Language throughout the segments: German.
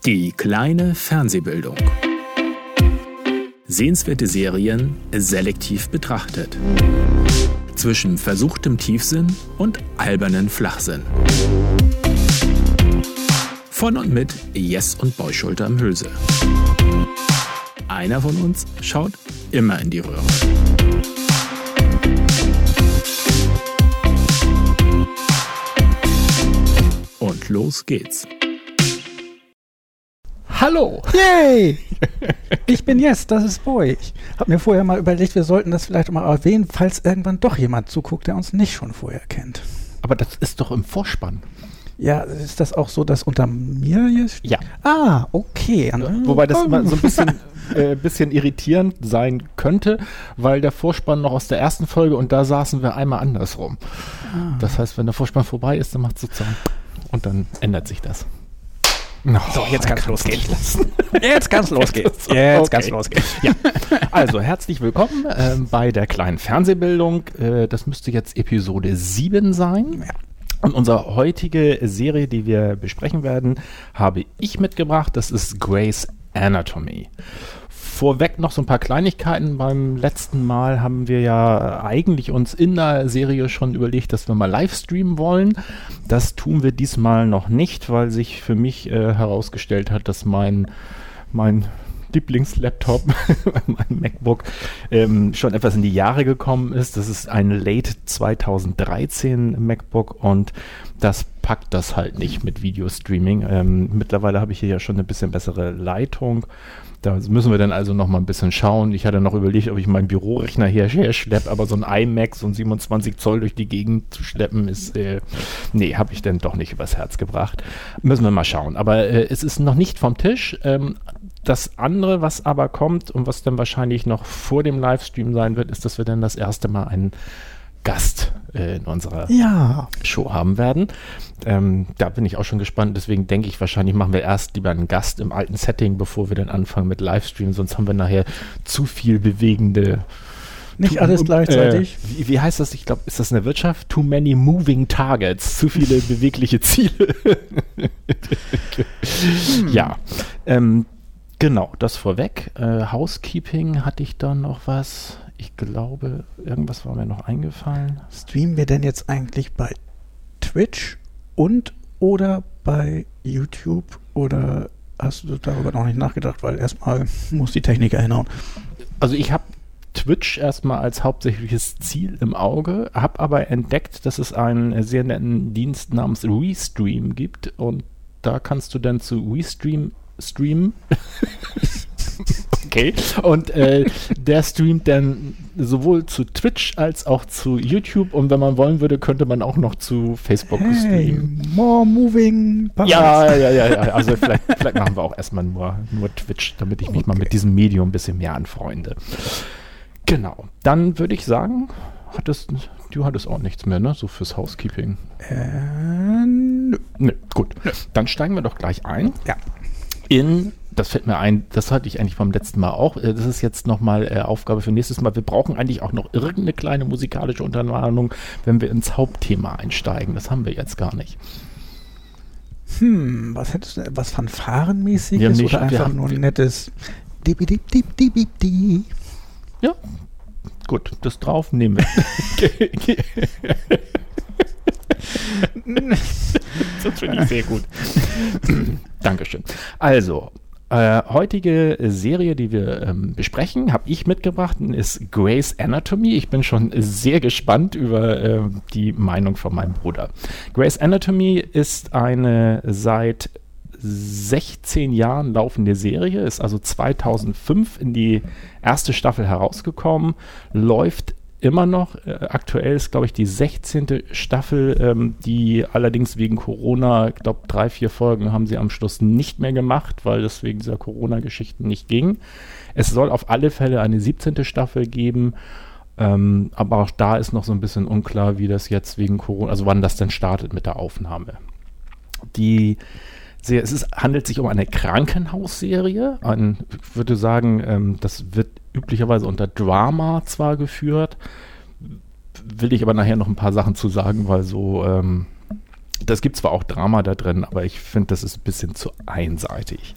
Die kleine Fernsehbildung. Sehenswerte Serien selektiv betrachtet. Zwischen versuchtem Tiefsinn und albernen Flachsinn. Von und mit Jess und Boyschulter am Hülse. Einer von uns schaut immer in die Röhre. Und los geht's. Hallo! Yay! Ich bin Jess, das ist Boy. Ich habe mir vorher mal überlegt, wir sollten das vielleicht mal erwähnen, falls irgendwann doch jemand zuguckt, der uns nicht schon vorher kennt. Aber das ist doch im Vorspann. Ja, ist das auch so, dass unter mir jetzt? Ja. Ah, okay. Wobei das immer so ein bisschen irritierend sein könnte, weil der Vorspann noch aus der ersten Folge und da saßen wir einmal andersrum. Ah. Das heißt, wenn der Vorspann vorbei ist, dann macht es sozusagen und dann ändert sich das. So, jetzt kann's losgehen. Jetzt kann's losgehen. Jetzt kann's losgehen. Ja. Also, herzlich willkommen bei der kleinen Fernsehbildung. Das müsste jetzt Episode 7 sein. Ja. Und unsere heutige Serie, die wir besprechen werden, habe ich mitgebracht. Das ist Grey's Anatomy. Vorweg noch so ein paar Kleinigkeiten. Beim letzten Mal haben wir ja eigentlich uns in der Serie schon überlegt, dass wir mal live streamen wollen. Das tun wir diesmal noch nicht, weil sich für mich herausgestellt hat, dass mein Lieblingslaptop, mein MacBook, schon etwas in die Jahre gekommen ist. Das ist ein Late 2013 MacBook und das packt das halt nicht mit Videostreaming. Mittlerweile habe ich hier ja schon eine bisschen bessere Leitung. Da müssen wir dann also noch mal ein bisschen schauen. Ich hatte noch überlegt, ob ich meinen Bürorechner her schleppe, aber so ein iMac, so ein 27 Zoll durch die Gegend zu schleppen, ist, habe ich dann doch nicht übers Herz gebracht. Müssen wir mal schauen. Aber es ist noch nicht vom Tisch. Das andere, was aber kommt und was dann wahrscheinlich noch vor dem Livestream sein wird, ist, dass wir dann das erste Mal einen Gast in unserer Show haben werden. Da bin ich auch schon gespannt, deswegen denke ich, wahrscheinlich machen wir erst lieber einen Gast im alten Setting, bevor wir dann anfangen mit Livestream, sonst haben wir nachher zu viel bewegende... Nicht alles gleichzeitig. Wie heißt das? Ich glaube, ist das in der Wirtschaft? Too many moving targets. Zu viele bewegliche Ziele. Ja. Genau, das vorweg. Housekeeping, hatte ich da noch was? Ich glaube, irgendwas war mir noch eingefallen. Streamen wir denn jetzt eigentlich bei Twitch oder bei YouTube? Oder hast du darüber noch nicht nachgedacht? Weil erstmal muss die Technik hinhauen. Also ich habe Twitch erstmal als hauptsächliches Ziel im Auge, habe aber entdeckt, dass es einen sehr netten Dienst namens Restream gibt und da kannst du dann zu Restream streamen. Okay. Und der streamt dann sowohl zu Twitch als auch zu YouTube und wenn man wollen würde, könnte man auch noch zu Facebook streamen. More moving parts. Ja. Also vielleicht machen wir auch erstmal nur Twitch, damit ich mich mal mit diesem Medium ein bisschen mehr anfreunde. Genau. Dann würde ich sagen, du hattest auch nichts mehr, ne? So fürs Housekeeping. Nö. Gut. Dann steigen wir doch gleich ein. Ja. Das fällt mir ein, das hatte ich eigentlich beim letzten Mal auch. Das ist jetzt nochmal Aufgabe für nächstes Mal. Wir brauchen eigentlich auch noch irgendeine kleine musikalische Untermalung, wenn wir ins Hauptthema einsteigen. Das haben wir jetzt gar nicht. Was hättest du, was Fanfarenmäßiges oder einfach nur ein nettes Dip-Dip-Dip-Dip-Dip? Ja, gut, das drauf nehmen wir. Das finde ich sehr gut. Dankeschön. Also, heutige Serie, die wir besprechen, habe ich mitgebracht, ist Grey's Anatomy. Ich bin schon sehr gespannt über die Meinung von meinem Bruder. Grey's Anatomy ist eine seit 16 Jahren laufende Serie, ist also 2005 in die erste Staffel herausgekommen, läuft immer noch. Aktuell ist, glaube ich, die 16. Staffel, die allerdings wegen Corona, ich glaube 3-4 Folgen haben sie am Schluss nicht mehr gemacht, weil das wegen dieser Corona-Geschichten nicht ging. Es soll auf alle Fälle eine 17. Staffel geben, aber auch da ist noch so ein bisschen unklar, wie das jetzt wegen Corona, also wann das denn startet mit der Aufnahme. Handelt sich um eine Krankenhausserie. Ich würde sagen, das wird üblicherweise unter Drama zwar geführt, will ich aber nachher noch ein paar Sachen zu sagen, weil so Das gibt zwar auch Drama da drin, aber ich finde, das ist ein bisschen zu einseitig.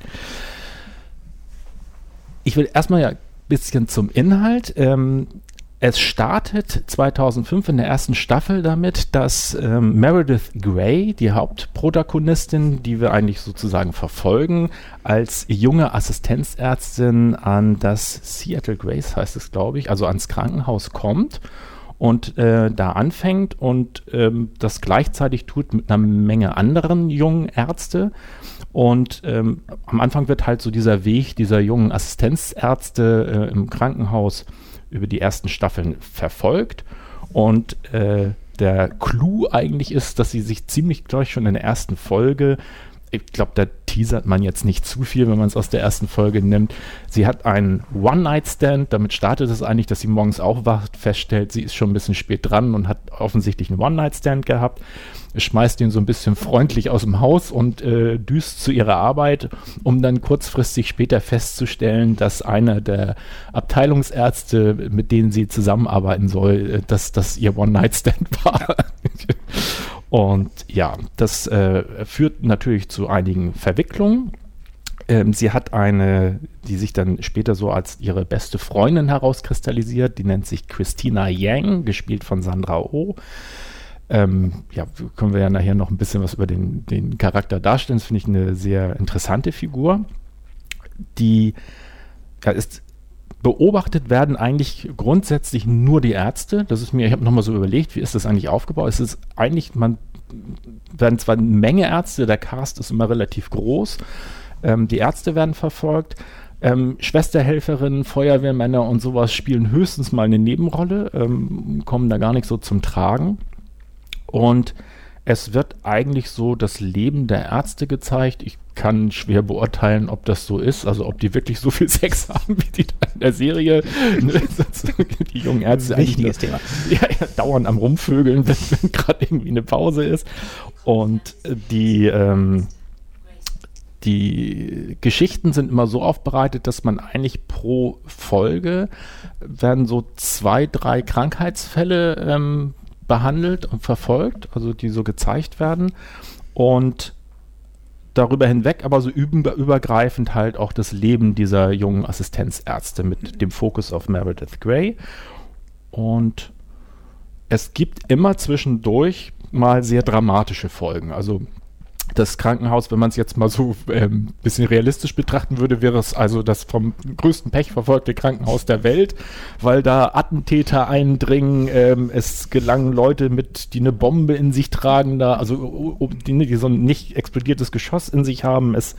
Ich will erstmal ja ein bisschen zum Inhalt. Es startet 2005 in der ersten Staffel damit, dass Meredith Grey, die Hauptprotagonistin, die wir eigentlich sozusagen verfolgen, als junge Assistenzärztin an das Seattle Grace, heißt es, glaube ich, also ans Krankenhaus kommt und da anfängt und das gleichzeitig tut mit einer Menge anderen jungen Ärzte. Und am Anfang wird halt so dieser Weg dieser jungen Assistenzärzte im Krankenhaus über die ersten Staffeln verfolgt. Und der Clou eigentlich ist, dass sie sich ziemlich gleich schon in der ersten Folge, ich glaube, da teasert man jetzt nicht zu viel, wenn man es aus der ersten Folge nimmt. Sie hat einen One-Night-Stand, damit startet es eigentlich, dass sie morgens aufwacht, feststellt, sie ist schon ein bisschen spät dran und hat offensichtlich einen One-Night-Stand gehabt, schmeißt ihn so ein bisschen freundlich aus dem Haus und düst zu ihrer Arbeit, um dann kurzfristig später festzustellen, dass einer der Abteilungsärzte, mit denen sie zusammenarbeiten soll, dass das ihr One-Night-Stand war. Und ja, das führt natürlich zu einigen Verwicklungen. Sie hat eine, die sich dann später so als ihre beste Freundin herauskristallisiert, die nennt sich Christina Yang, gespielt von Sandra Oh. Ja, können wir ja nachher noch ein bisschen was über den Charakter darstellen. Das finde ich eine sehr interessante Figur. Die ist beobachtet werden eigentlich grundsätzlich nur die Ärzte. Das ist mir, ich habe nochmal so überlegt, wie ist das eigentlich aufgebaut? Es ist eigentlich, werden zwar eine Menge Ärzte, der Cast ist immer relativ groß, die Ärzte werden verfolgt, Schwesterhelferinnen, Feuerwehrmänner und sowas spielen höchstens mal eine Nebenrolle, kommen da gar nicht so zum Tragen. Und es wird eigentlich so das Leben der Ärzte gezeigt. Ich kann schwer beurteilen, ob das so ist, also ob die wirklich so viel Sex haben, wie die da in der Serie. Die jungen Ärzte wichtiges Thema. Ja, dauernd am Rumvögeln, wenn gerade irgendwie eine Pause ist. Und die Geschichten sind immer so aufbereitet, dass man eigentlich pro Folge werden so 2, 3 Krankheitsfälle behandelt und verfolgt, also die so gezeigt werden und darüber hinweg aber so übergreifend halt auch das Leben dieser jungen Assistenzärzte mit dem Fokus auf Meredith Grey. Und es gibt immer zwischendurch mal sehr dramatische Folgen, also das Krankenhaus, wenn man es jetzt mal so ein bisschen realistisch betrachten würde, wäre es also das vom größten Pech verfolgte Krankenhaus der Welt, weil da Attentäter eindringen, es gelangen Leute mit, die eine Bombe in sich tragen, da, also die so ein nicht explodiertes Geschoss in sich haben, es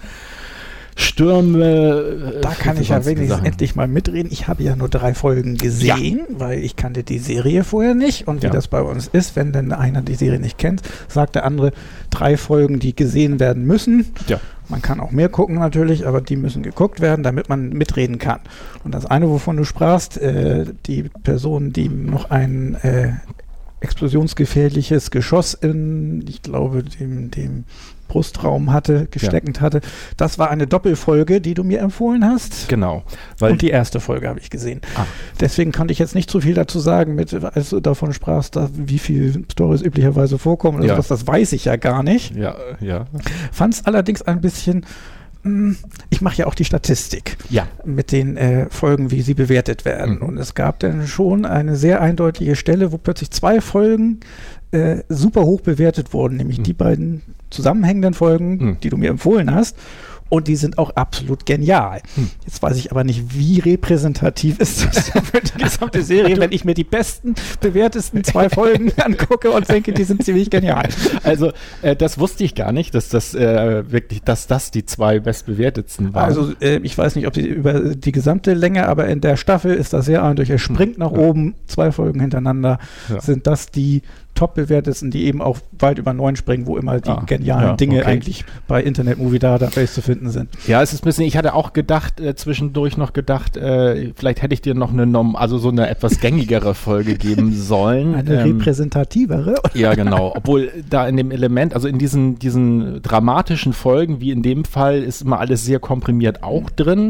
Stürme. Da kann ich ja wenigstens endlich mal mitreden. Ich habe ja nur 3 Folgen gesehen, weil ich kannte die Serie vorher nicht. Und wie das bei uns ist, wenn denn einer die Serie nicht kennt, sagt der andere 3 Folgen, die gesehen werden müssen. Ja. Man kann auch mehr gucken natürlich, aber die müssen geguckt werden, damit man mitreden kann. Und das eine, wovon du sprachst, die Person, die noch ein explosionsgefährliches Geschoss in, ich glaube, dem Brustraum gesteckend hatte. Das war eine Doppelfolge, die du mir empfohlen hast. Genau. Und die erste Folge habe ich gesehen. Deswegen konnte ich jetzt nicht so viel dazu sagen, als du davon sprachst, wie viel Storys üblicherweise vorkommen. Also das weiß ich ja gar nicht. Ja. Fand es allerdings ein bisschen, ich mache ja auch die Statistik mit den Folgen, wie sie bewertet werden. Und es gab dann schon eine sehr eindeutige Stelle, wo plötzlich 2 Folgen super hoch bewertet wurden, nämlich die beiden zusammenhängenden Folgen, die du mir empfohlen hast. Und die sind auch absolut genial. Jetzt weiß ich aber nicht, wie repräsentativ ist das für die gesamte Serie, wenn ich mir die besten, bewertesten 2 Folgen angucke und denke, die sind ziemlich genial. Also das wusste ich gar nicht, dass das wirklich, dass das die 2 bestbewertetsten waren. Also ich weiß nicht, ob sie über die gesamte Länge, aber in der Staffel ist das sehr eindeutig. Er springt nach oben, 2 Folgen hintereinander sind das die top bewertetsten, die eben auch weit über 9 springen, wo immer die genialen Dinge eigentlich bei Internet Movie Database zu finden sind. Ja, es ist ein bisschen, ich hatte auch gedacht, zwischendurch noch gedacht, vielleicht hätte ich dir noch so eine etwas gängigere Folge geben sollen. Eine repräsentativere? Ja, genau. Obwohl da in dem Element, also in diesen dramatischen Folgen, wie in dem Fall, ist immer alles sehr komprimiert auch drin.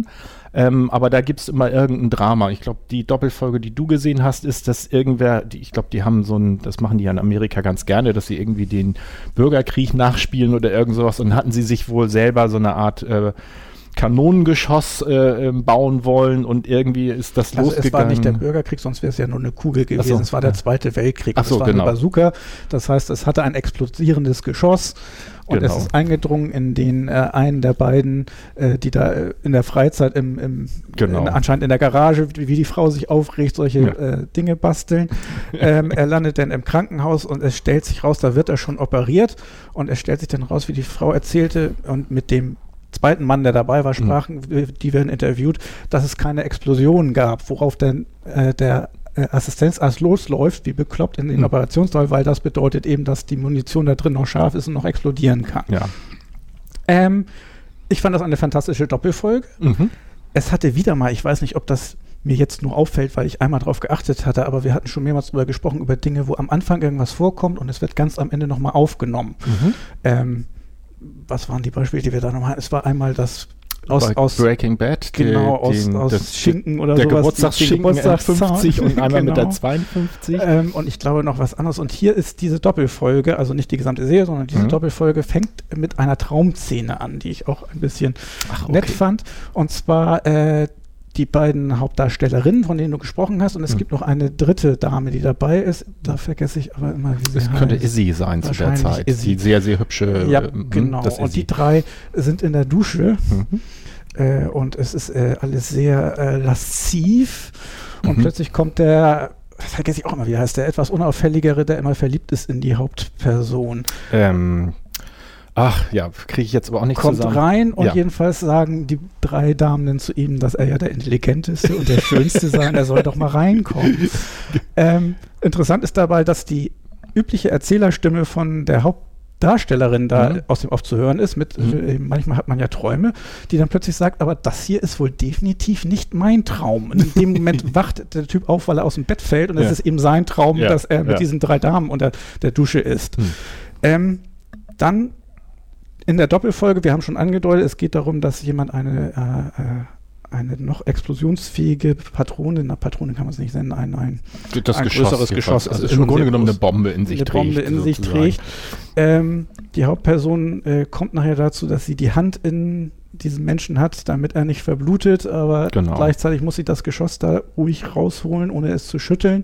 aber da gibt es immer irgendein Drama. Ich glaube, die Doppelfolge, die du gesehen hast, ist, dass irgendwer, ich glaube, die haben das machen die ja in Amerika ganz gerne, dass sie irgendwie den Bürgerkrieg nachspielen oder irgend sowas, und hatten sie sich wohl selber so eine Art Kanonengeschoss bauen wollen, und irgendwie ist das losgegangen. Es war nicht der Bürgerkrieg, sonst wäre es ja nur eine Kugel gewesen. Es war der Zweite Weltkrieg. Es war eine Bazooka. Das heißt, es hatte ein explodierendes Geschoss, und es ist eingedrungen in den einen der beiden, die da in der Freizeit anscheinend in der Garage, wie die Frau sich aufregt, solche Dinge basteln. Er landet dann im Krankenhaus, und es stellt sich raus, da wird er schon operiert, und es stellt sich dann raus, wie die Frau erzählte, und mit dem zweiten Mann, der dabei war, sprachen, die werden interviewt, dass es keine Explosion gab, worauf dann der Assistenzarzt losläuft, wie bekloppt in den Operationssaal, weil das bedeutet eben, dass die Munition da drin noch scharf ist und noch explodieren kann. Ja. Ich fand das eine fantastische Doppelfolge. Es hatte wieder mal, ich weiß nicht, ob das mir jetzt nur auffällt, weil ich einmal drauf geachtet hatte, aber wir hatten schon mehrmals darüber gesprochen, über Dinge, wo am Anfang irgendwas vorkommt und es wird ganz am Ende nochmal aufgenommen. Was waren die Beispiele, die wir da noch hatten? Es war einmal das aus Breaking Bad. Genau, aus Schinken oder der sowas. Geburtstagsschinken 50 und einmal mit der 52. Und ich glaube noch was anderes. Und hier ist diese Doppelfolge, also nicht die gesamte Serie, sondern diese Doppelfolge fängt mit einer Traumszene an, die ich auch ein bisschen nett fand. Und zwar die beiden Hauptdarstellerinnen, von denen du gesprochen hast, und es gibt noch eine dritte Dame, die dabei ist. Da vergesse ich aber immer, wie sie heißt. Das könnte Izzy sein zu der Zeit. Die sehr, sehr hübsche. Ja, genau. Und die drei sind in der Dusche. Und es ist alles sehr lasziv. Und plötzlich kommt vergesse ich auch immer, wie heißt der etwas unauffälligere, der immer verliebt ist in die Hauptperson. Ach ja, kriege ich jetzt aber auch nicht zusammen. Kommt rein, und jedenfalls sagen die drei Damen dann zu ihm, dass er ja der Intelligenteste und der Schönste sei, er soll doch mal reinkommen. Interessant ist dabei, dass die übliche Erzählerstimme von der Hauptdarstellerin da aus dem Off zu hören ist. Manchmal hat man ja Träume, die dann plötzlich sagt, aber das hier ist wohl definitiv nicht mein Traum. Und in dem Moment wacht der Typ auf, weil er aus dem Bett fällt, und es ist eben sein Traum, dass er mit diesen drei Damen unter der Dusche ist. Dann in der Doppelfolge, wir haben schon angedeutet, es geht darum, dass jemand eine noch explosionsfähige Patrone kann man es nicht nennen, ein größeres Geschoss. Also im Grunde genommen eine Bombe in sich trägt. Die Hauptperson kommt nachher dazu, dass sie die Hand in diesen Menschen hat, damit er nicht verblutet, aber gleichzeitig muss sie das Geschoss da ruhig rausholen, ohne es zu schütteln.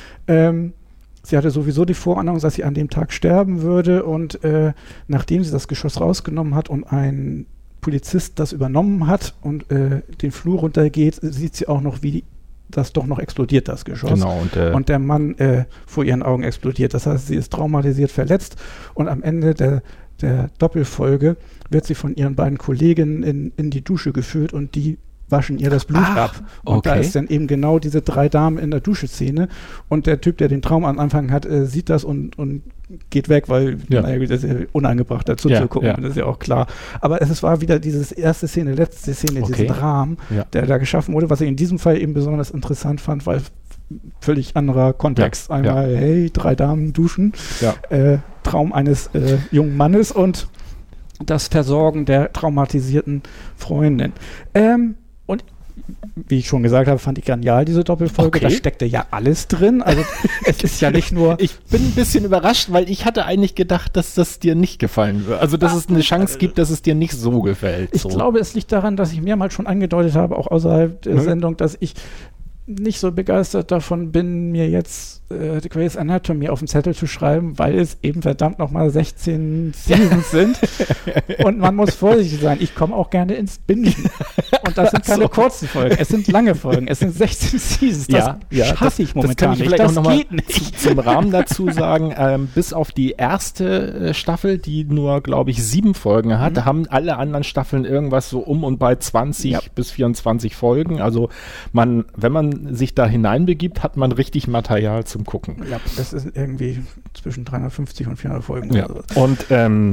Sie hatte sowieso die Vorahnung, dass sie an dem Tag sterben würde, und nachdem sie das Geschoss rausgenommen hat und ein Polizist das übernommen hat und den Flur runtergeht, sieht sie auch noch, wie das doch noch explodiert, das Geschoss. Genau, und der Mann vor ihren Augen explodiert. Das heißt, sie ist traumatisiert, verletzt, und am Ende der Doppelfolge wird sie von ihren beiden Kolleginnen in die Dusche geführt, und die waschen ihr das Blut ab. Und da ist dann eben genau diese drei Damen in der Dusche-Szene, und der Typ, der den Traum am Anfang hat, sieht das und geht weg, weil das ist ja unangebracht dazu zu gucken, das ist ja auch klar. Aber es war wieder diese erste Szene, letzte Szene, diesen Rahmen, der da geschaffen wurde, was ich in diesem Fall eben besonders interessant fand, weil völlig anderer Kontext. Einmal, hey, drei Damen duschen, Traum eines jungen Mannes und das Versorgen der traumatisierten Freundin. Und wie ich schon gesagt habe, fand ich genial, diese Doppelfolge. Da steckte ja alles drin. Also es ist ja nicht nur... Ich bin ein bisschen überrascht, weil ich hatte eigentlich gedacht, dass das dir nicht gefallen wird. Also dass es eine Chance gibt, dass es dir nicht so gefällt. Ich glaube, es liegt daran, dass ich mehrmals schon angedeutet habe, auch außerhalb der Sendung, dass ich nicht so begeistert davon bin, mir jetzt Grey's Anatomy auf den Zettel zu schreiben, weil es eben verdammt nochmal 16 Seasons sind. Und man muss vorsichtig sein. Ich komme auch gerne ins Bingen. Und das sind keine kurzen Folgen. Es sind lange Folgen. Es sind 16 Seasons. Das schaffe ich momentan nicht. Das geht nicht. Zum Rahmen dazu sagen, bis auf die erste Staffel, die nur, glaube ich, 7 Folgen hat, haben alle anderen Staffeln irgendwas so um und bei 20 bis 24 Folgen. Also wenn man sich da hineinbegibt, hat man richtig Material zum Gucken. Ja, das ist irgendwie zwischen 350 und 400 Folgen. Ja. Und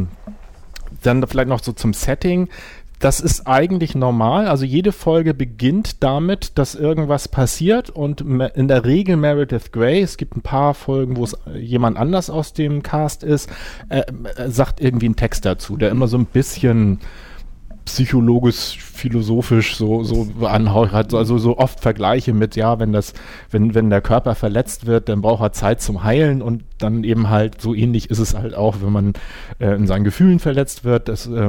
dann vielleicht noch so zum Setting. Das ist eigentlich normal. Also jede Folge beginnt damit, dass irgendwas passiert, und in der Regel Meredith Grey, es gibt ein paar Folgen, wo es jemand anders aus dem Cast ist, sagt irgendwie einen Text dazu, der immer so ein bisschen psychologisch, philosophisch so anhaucht hat, also so oft Vergleiche mit, ja, wenn der Körper verletzt wird, dann braucht er Zeit zum Heilen und dann eben halt so ähnlich ist es halt auch, wenn man in seinen Gefühlen verletzt wird.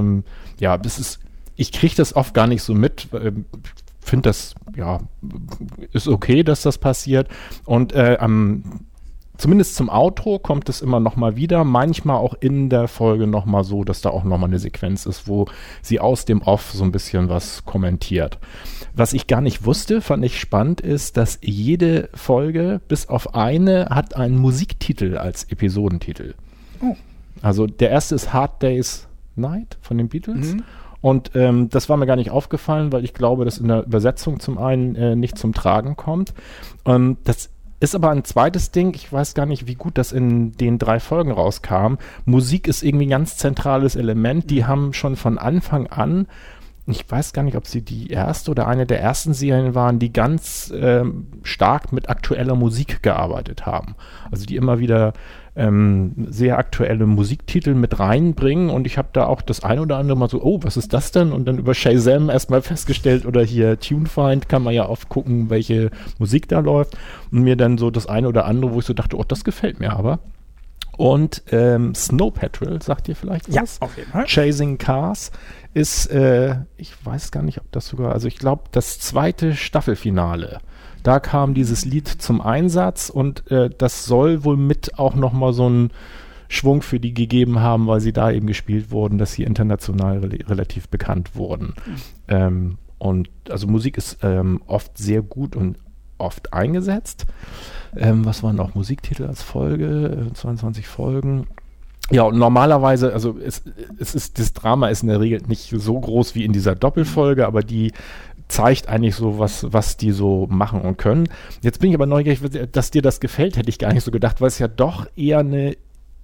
Ich kriege das oft gar nicht so mit, finde das, ja, ist okay, dass das passiert und zumindest zum Outro kommt es immer noch mal wieder, manchmal auch in der Folge noch mal so, dass da auch noch mal eine Sequenz ist, wo sie aus dem Off so ein bisschen was kommentiert. Was ich gar nicht wusste, fand ich spannend, ist, dass jede Folge bis auf eine hat einen Musiktitel als Episodentitel. Oh. Also der erste ist Hard Day's Night von den Beatles. Mhm. Und das war mir gar nicht aufgefallen, weil ich glaube, dass in der Übersetzung zum einen nicht zum Tragen kommt. Das ist aber ein zweites Ding, ich weiß gar nicht, wie gut das in den 3 Folgen rauskam. Musik ist irgendwie ein ganz zentrales Element. Die haben schon von Anfang an, ich weiß gar nicht, ob sie die erste oder eine der ersten Serien waren, die ganz stark mit aktueller Musik gearbeitet haben. Also die immer wieder sehr aktuelle Musiktitel mit reinbringen und ich habe da auch das ein oder andere mal so, oh, was ist das denn? Und dann über Shazam erstmal festgestellt oder hier TuneFind kann man ja oft gucken, welche Musik da läuft und mir dann so das eine oder andere, wo ich so dachte, oh, das gefällt mir aber. Und Snow Patrol, sagt ihr vielleicht was? Ja, auf jeden Fall. Chasing Cars ist, ich weiß gar nicht, ob das sogar, also ich glaube, das 2. Staffelfinale. Da kam dieses Lied zum Einsatz und das soll wohl mit auch nochmal so einen Schwung für die gegeben haben, weil sie da eben gespielt wurden, dass sie international relativ bekannt wurden. Und also Musik ist oft sehr gut und oft eingesetzt. Was waren noch Musiktitel als Folge? 22 Folgen. Ja, und normalerweise, also das Drama ist in der Regel nicht so groß wie in dieser Doppelfolge, aber die zeigt eigentlich so, was die so machen und können. Jetzt bin ich aber neugierig, dass dir das gefällt, hätte ich gar nicht so gedacht, weil es ja doch eher eine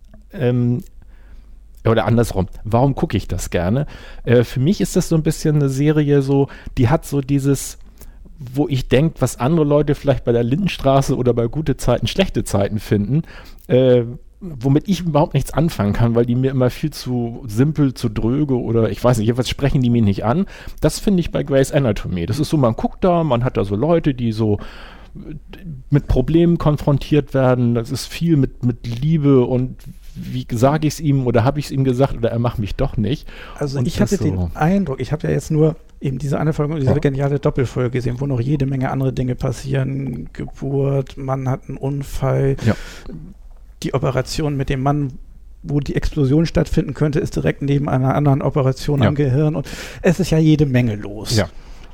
oder andersrum, warum gucke ich das gerne? Für mich ist das so ein bisschen eine Serie so, die hat so dieses, wo ich denke, was andere Leute vielleicht bei der Lindenstraße oder bei gute Zeiten, schlechte Zeiten finden, womit ich überhaupt nichts anfangen kann, weil die mir immer viel zu simpel, zu dröge oder ich weiß nicht, jedenfalls sprechen die mich nicht an. Das finde ich bei Grey's Anatomy. Das ist so, man guckt da, man hat da so Leute, die so mit Problemen konfrontiert werden. Das ist viel mit Liebe und wie sage ich es ihm oder habe ich es ihm gesagt oder er macht mich doch nicht. Also ich hatte den Eindruck, ich habe ja jetzt nur eben diese eine Folge und diese geniale Doppelfolge gesehen, wo noch jede Menge andere Dinge passieren. Geburt, man hat einen Unfall, die Operation mit dem Mann, wo die Explosion stattfinden könnte, ist direkt neben einer anderen Operation am Gehirn und es ist ja jede Menge los. Ja.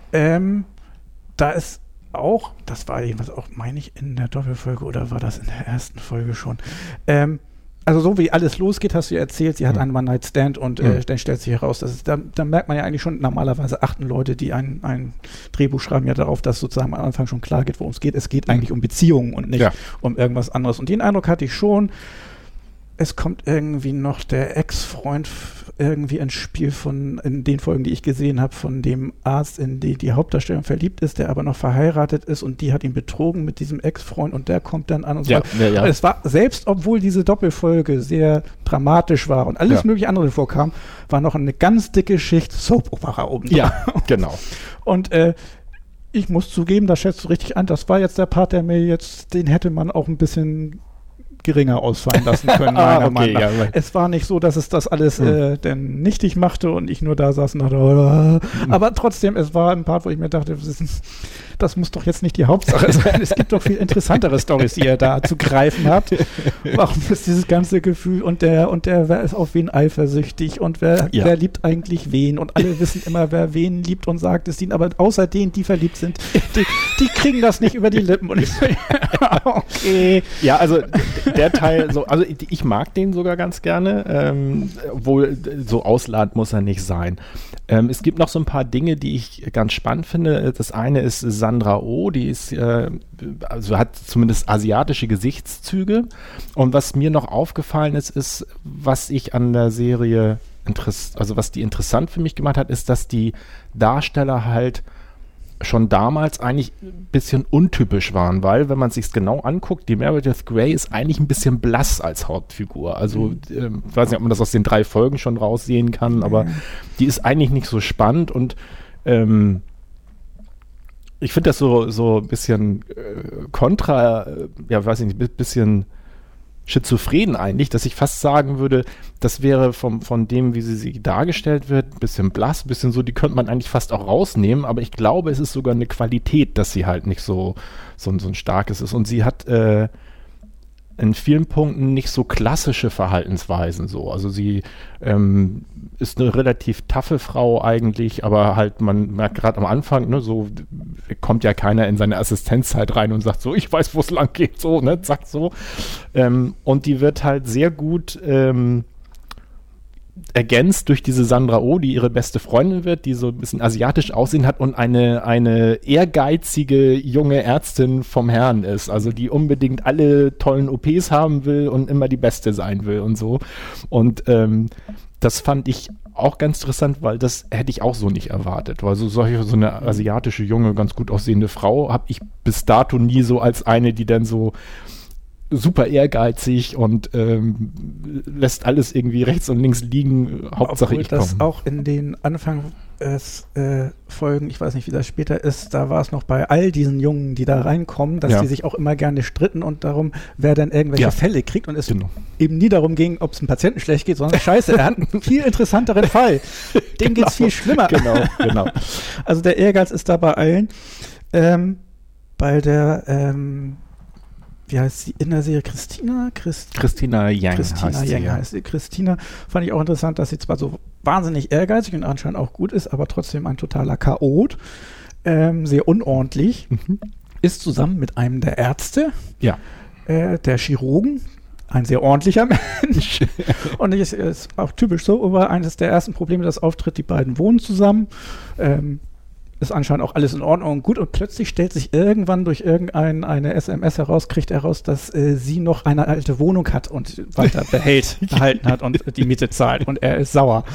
Da ist auch, das war jedenfalls auch, meine ich, in der Doppelfolge oder war das in der ersten Folge schon, also so wie alles losgeht, hast du ja erzählt, sie hat einen One-Night-Stand und dann stellt sich heraus, dass da merkt man ja eigentlich schon, normalerweise achten Leute, die ein Drehbuch schreiben, ja darauf, dass sozusagen am Anfang schon klar geht, worum es geht. Es geht eigentlich um Beziehungen und nicht um irgendwas anderes. Und den Eindruck hatte ich schon, es kommt irgendwie noch der Ex-Freund irgendwie ins Spiel in den Folgen, die ich gesehen habe, von dem Arzt, in die Hauptdarstellerin verliebt ist, der aber noch verheiratet ist und die hat ihn betrogen mit diesem Ex-Freund und der kommt dann an und so weiter. Ja. Es war, selbst obwohl diese Doppelfolge sehr dramatisch war und alles mögliche andere vorkam, war noch eine ganz dicke Schicht Soap-Opera oben drauf. Ja, genau. Und ich muss zugeben, da schätzt du richtig an, das war jetzt der Part, der mir jetzt, den hätte man auch ein bisschen geringer ausfallen lassen können, meiner Meinung nach. Ja, es war nicht so, dass es das alles denn nichtig machte und ich nur da saß und dachte, aber trotzdem, es war ein Part, wo ich mir dachte, das muss doch jetzt nicht die Hauptsache sein. Es gibt doch viel interessantere Storys, die ihr da zu greifen habt. Warum ist dieses ganze Gefühl und der wer ist auf wen eifersüchtig und wer liebt eigentlich wen und alle wissen immer, wer wen liebt und sagt es ihnen, aber außer denen, die verliebt sind, die kriegen das nicht über die Lippen und ich so, okay. Ja, also der Teil, so, also ich mag den sogar ganz gerne, obwohl so ausladend muss er nicht sein. Es gibt noch so ein paar Dinge, die ich ganz spannend finde. Das eine ist Sandra Oh, die ist, also hat zumindest asiatische Gesichtszüge. Und was mir noch aufgefallen ist, was ich an der Serie, was die interessant für mich gemacht hat, ist, dass die Darsteller halt schon damals eigentlich ein bisschen untypisch waren, weil, wenn man sich genau anguckt, die Meredith Grey ist eigentlich ein bisschen blass als Hauptfigur. Also, ich weiß nicht, ob man das aus den 3 Folgen schon raussehen kann, aber die ist eigentlich nicht so spannend und ich finde das so ein bisschen bisschen schizophren eigentlich, dass ich fast sagen würde, das wäre von dem, wie sie dargestellt wird, ein bisschen blass, ein bisschen so, die könnte man eigentlich fast auch rausnehmen, aber ich glaube, es ist sogar eine Qualität, dass sie halt nicht so ein starkes ist. Und sie hat in vielen Punkten nicht so klassische Verhaltensweisen so. Also sie ist eine relativ taffe Frau eigentlich, aber halt, man merkt gerade am Anfang, ne, so kommt ja keiner in seine Assistenzzeit rein und sagt so, ich weiß, wo es lang geht, so, ne, zack, so. Und die wird halt sehr gut ergänzt durch diese Sandra Oh, die ihre beste Freundin wird, die so ein bisschen asiatisch aussehen hat und eine ehrgeizige junge Ärztin vom Herrn ist, also die unbedingt alle tollen OPs haben will und immer die Beste sein will und so. Und das fand ich auch ganz interessant, weil das hätte ich auch so nicht erwartet, weil so eine asiatische, junge, ganz gut aussehende Frau habe ich bis dato nie so als eine, die dann so super ehrgeizig und lässt alles irgendwie rechts und links liegen, Hauptsache ich komme. Das auch in den Anfangsfolgen, ich weiß nicht, wie das später ist, da war es noch bei all diesen Jungen, die da reinkommen, dass die sich auch immer gerne stritten und darum, wer dann irgendwelche Fälle kriegt und es eben nie darum ging, ob es einem Patienten schlecht geht, sondern scheiße, er hat einen viel interessanteren Fall. Dem geht es viel schlimmer. Genau. Also der Ehrgeiz ist da bei allen. Bei der wie heißt sie in der Serie? Christina Yang heißt sie. Christina fand ich auch interessant, dass sie zwar so wahnsinnig ehrgeizig und anscheinend auch gut ist, aber trotzdem ein totaler Chaot, sehr unordentlich, ist zusammen mit einem der Ärzte, der Chirurgen, ein sehr ordentlicher Mensch. Und es ist auch typisch so, aber eines der ersten Probleme, das auftritt, die beiden wohnen zusammen, ist anscheinend auch alles in Ordnung und gut und plötzlich stellt sich irgendwann durch eine SMS kriegt er raus, dass sie noch eine alte Wohnung hat und weiter behalten hat und die Miete zahlt und er ist sauer.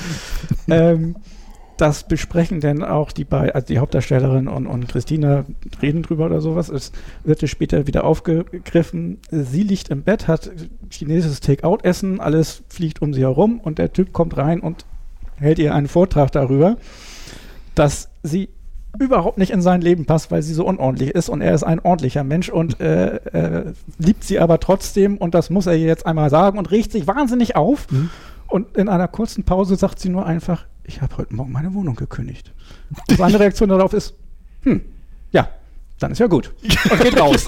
Das besprechen dann auch die Hauptdarstellerin und Christina reden drüber oder sowas. Es wird später wieder aufgegriffen. Sie liegt im Bett, hat chinesisches Take-Out-Essen, alles fliegt um sie herum und der Typ kommt rein und hält ihr einen Vortrag darüber, dass sie überhaupt nicht in sein Leben passt, weil sie so unordentlich ist und er ist ein ordentlicher Mensch und liebt sie aber trotzdem und das muss er ihr jetzt einmal sagen und regt sich wahnsinnig auf und in einer kurzen Pause sagt sie nur einfach, ich habe heute Morgen meine Wohnung gekündigt. Und seine Reaktion darauf ist, ja, dann ist ja gut. Und geht raus.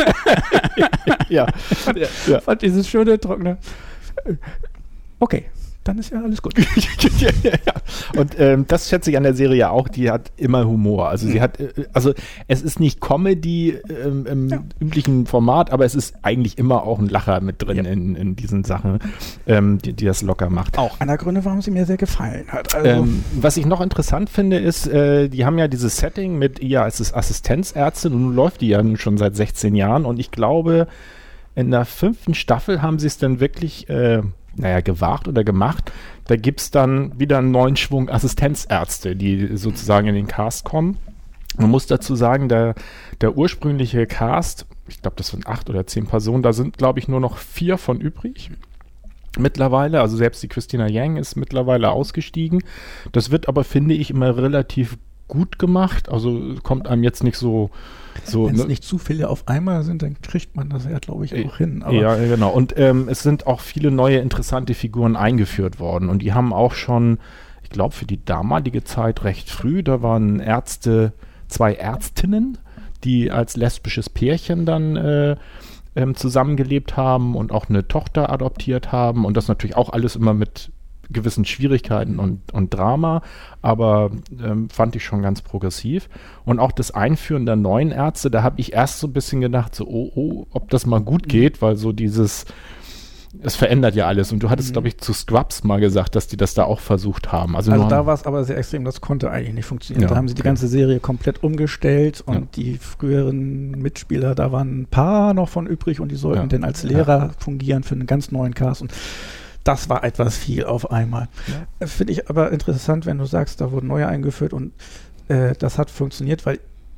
Fand dieses schöne, trockene, okay. Dann ist ja alles gut. Und das schätze ich an der Serie ja auch, die hat immer Humor. Also sie hat, es ist nicht Comedy im üblichen Format, aber es ist eigentlich immer auch ein Lacher mit drin in diesen Sachen, die das locker macht. Auch einer Gründe, warum sie mir sehr gefallen hat. Also was ich noch interessant finde, ist, die haben ja dieses Setting mit ihr als Assistenzärztin und nun läuft die ja nun schon seit 16 Jahren und ich glaube, in der 5. Staffel haben sie es dann wirklich gewagt oder gemacht. Da gibt es dann wieder einen neuen Schwung Assistenzärzte, die sozusagen in den Cast kommen. Man muss dazu sagen, der ursprüngliche Cast, ich glaube, das sind 8 oder 10 Personen, da sind, glaube ich, nur noch 4 von übrig mittlerweile. Also selbst die Christina Yang ist mittlerweile ausgestiegen. Das wird aber, finde ich, immer relativ gut gemacht. Also kommt einem jetzt nicht so wenn es nicht zu viele auf einmal sind, dann kriegt man das ja, glaube ich, auch hin. Aber ja, genau. Und es sind auch viele neue interessante Figuren eingeführt worden. Und die haben auch schon, ich glaube, für die damalige Zeit recht früh, da waren 2 Ärztinnen, die als lesbisches Pärchen dann zusammengelebt haben und auch eine Tochter adoptiert haben. Und das natürlich auch alles immer mit gewissen Schwierigkeiten und Drama, aber fand ich schon ganz progressiv. Und auch das Einführen der neuen Ärzte, da habe ich erst so ein bisschen gedacht, so, ob das mal gut geht, weil so es verändert ja alles. Und du hattest, glaube ich, zu Scrubs mal gesagt, dass die das da auch versucht haben. Also da war es aber sehr extrem, das konnte eigentlich nicht funktionieren. Ja, da haben sie die ganze Serie komplett umgestellt und die früheren Mitspieler, da waren ein paar noch von übrig und die sollten dann als Lehrer fungieren für einen ganz neuen Cast und das war etwas viel auf einmal. Ja. Finde ich aber interessant, wenn du sagst, da wurden neue eingeführt und das hat funktioniert, weil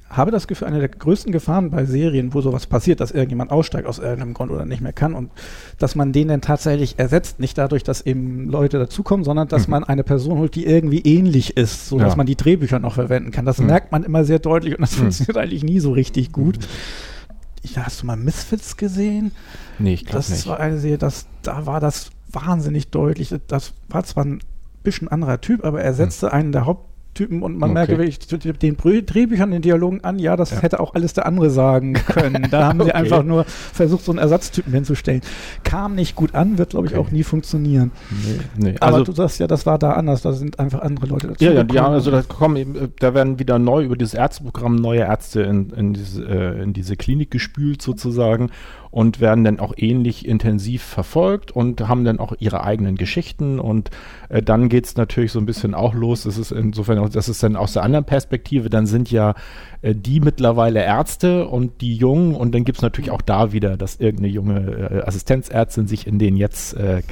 habe das Gefühl, eine der größten Gefahren bei Serien, wo sowas passiert, dass irgendjemand aussteigt aus irgendeinem Grund oder nicht mehr kann und dass man den dann tatsächlich ersetzt, nicht dadurch, dass eben Leute dazukommen, sondern dass man eine Person holt, die irgendwie ähnlich ist, sodass man die Drehbücher noch verwenden kann. Das merkt man immer sehr deutlich und das funktioniert eigentlich nie so richtig gut. Hast du mal Misfits gesehen? Nee, ich glaube nicht. Das war eine Serie, da war das wahnsinnig deutlich. Das war zwar ein bisschen anderer Typ, aber er setzte einen der Haupttypen und man merke wirklich den Drehbüchern, den Dialogen an, das hätte auch alles der andere sagen können. Da haben sie einfach nur versucht, so einen Ersatztypen hinzustellen. Kam nicht gut an, wird, glaube ich, auch nie funktionieren. Nee. Aber du sagst ja, das war da anders, da sind einfach andere Leute dazu gekommen. Ja, also da werden wieder neu über dieses Ärzteprogramm neue Ärzte in diese Klinik gespült sozusagen und werden dann auch ähnlich intensiv verfolgt und haben dann auch ihre eigenen Geschichten und dann geht es natürlich so ein bisschen auch los, das ist insofern auch, das ist dann aus der anderen Perspektive, dann sind ja die mittlerweile Ärzte und die Jungen und dann gibt es natürlich auch da wieder, dass irgendeine junge Assistenzärztin sich in den jetzt,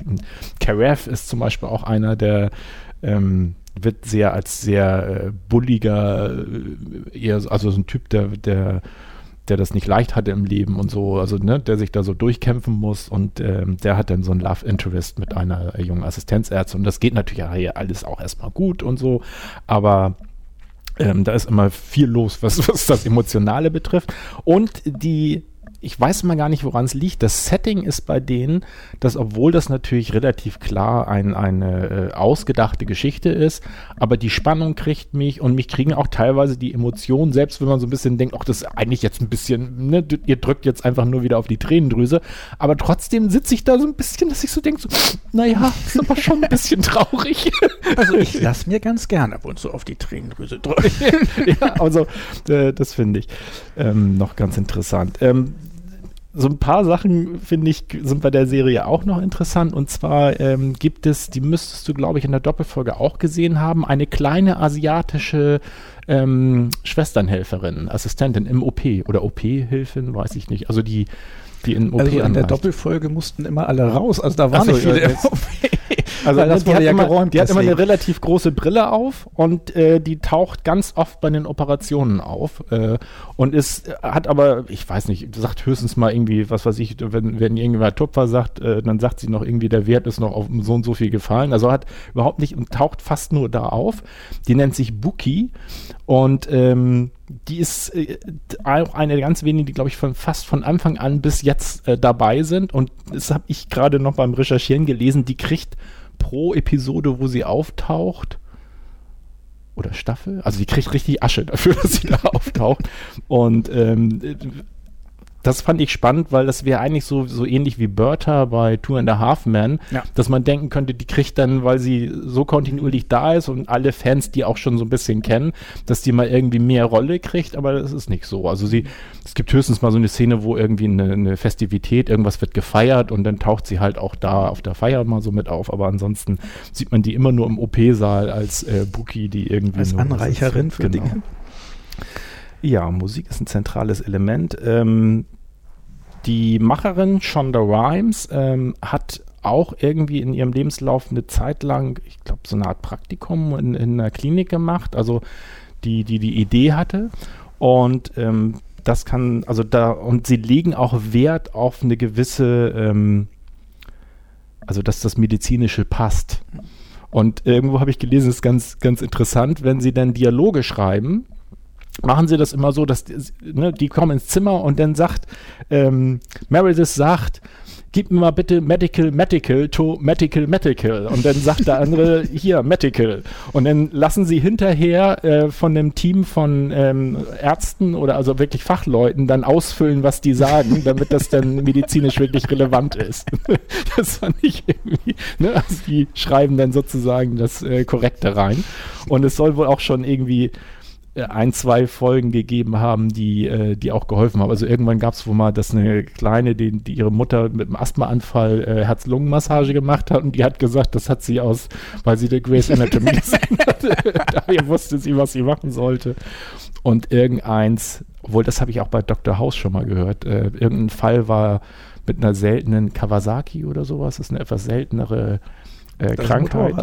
Karev ist zum Beispiel auch einer, der wird als sehr bulliger, eher, also so ein Typ, der das nicht leicht hatte im Leben und so, also der sich da so durchkämpfen muss und der hat dann so ein Love Interest mit einer jungen Assistenzärztin und das geht natürlich hier alles auch erstmal gut und so, aber da ist immer viel los, was das Emotionale betrifft und ich weiß mal gar nicht, woran es liegt. Das Setting ist bei denen, dass obwohl das natürlich relativ klar eine ausgedachte Geschichte ist, aber die Spannung kriegt mich und mich kriegen auch teilweise die Emotionen, selbst wenn man so ein bisschen denkt, das ist eigentlich jetzt ein bisschen, ihr drückt jetzt einfach nur wieder auf die Tränendrüse, aber trotzdem sitze ich da so ein bisschen, dass ich so denke, naja, ist aber schon ein bisschen traurig. Also ich lasse mir ganz gerne ab und zu auf die Tränendrüse drücken. Ja, also das finde ich noch ganz interessant. So ein paar Sachen, finde ich, sind bei der Serie auch noch interessant. Und zwar gibt es, die müsstest du, glaube ich, in der Doppelfolge auch gesehen haben, eine kleine asiatische Schwesternhelferin, Assistentin im OP oder OP-Hilfin, weiß ich nicht. Also die in OP also in der Doppelfolge mussten immer alle raus. Also da waren nicht viele im OP. Also das wurde ja geräumt. Die hat immer eine relativ große Brille auf und die taucht ganz oft bei den Operationen auf und hat aber, ich weiß nicht, sagt höchstens mal irgendwie, was weiß ich, wenn irgendjemand Tupfer sagt, dann sagt sie noch irgendwie, der Wert ist noch auf so und so viel gefallen. Also hat überhaupt nicht und taucht fast nur da auf. Die nennt sich Buki und die ist auch eine der ganz wenigen, die, glaube ich, fast von Anfang an bis jetzt dabei sind. Und das habe ich gerade noch beim Recherchieren gelesen. Die kriegt pro Episode, wo sie auftaucht, oder Staffel, also die kriegt richtig Asche dafür, dass sie da auftaucht. Und das fand ich spannend, weil das wäre eigentlich so ähnlich wie Bertha bei Two and a Half Men, dass man denken könnte, die kriegt dann, weil sie so kontinuierlich da ist und alle Fans die auch schon so ein bisschen kennen, dass die mal irgendwie mehr Rolle kriegt, aber das ist nicht so. Also es gibt höchstens mal so eine Szene, wo irgendwie eine Festivität, irgendwas wird gefeiert und dann taucht sie halt auch da auf der Feier mal so mit auf, aber ansonsten sieht man die immer nur im OP-Saal als Buki, die irgendwie als Anreicherin für Dinge. Ja, Musik ist ein zentrales Element. Die Macherin Shonda Rhimes hat auch irgendwie in ihrem Lebenslauf eine Zeit lang, ich glaube, so eine Art Praktikum in einer Klinik gemacht, also die Idee hatte. Und das kann, also und sie legen auch Wert auf eine gewisse, also dass das Medizinische passt. Und irgendwo habe ich gelesen, das ist ganz, ganz interessant, wenn sie dann Dialoge schreiben, machen sie das immer so, dass die kommen ins Zimmer und dann sagt, Meredith sagt, gib mir mal bitte medical to medical. Und dann sagt der andere, hier, medical. Und dann lassen sie hinterher von einem Team von Ärzten oder also wirklich Fachleuten dann ausfüllen, was die sagen, damit das dann medizinisch wirklich relevant ist. Das fand ich irgendwie, also die schreiben dann sozusagen das Korrekte rein. Und es soll wohl auch schon irgendwie 1-2 Folgen gegeben haben, die auch geholfen haben. Also irgendwann gab es wohl mal, dass eine Kleine, die ihre Mutter mit einem Asthmaanfall Herz-Lungen-Massage gemacht hat und die hat gesagt, das hat sie weil sie der Grey's Anatomy gesehen hatte. Daher wusste sie, was sie machen sollte. Und obwohl das habe ich auch bei Dr. House schon mal gehört, irgendein Fall war mit einer seltenen Kawasaki oder sowas, das ist eine etwas seltenere Krankheit.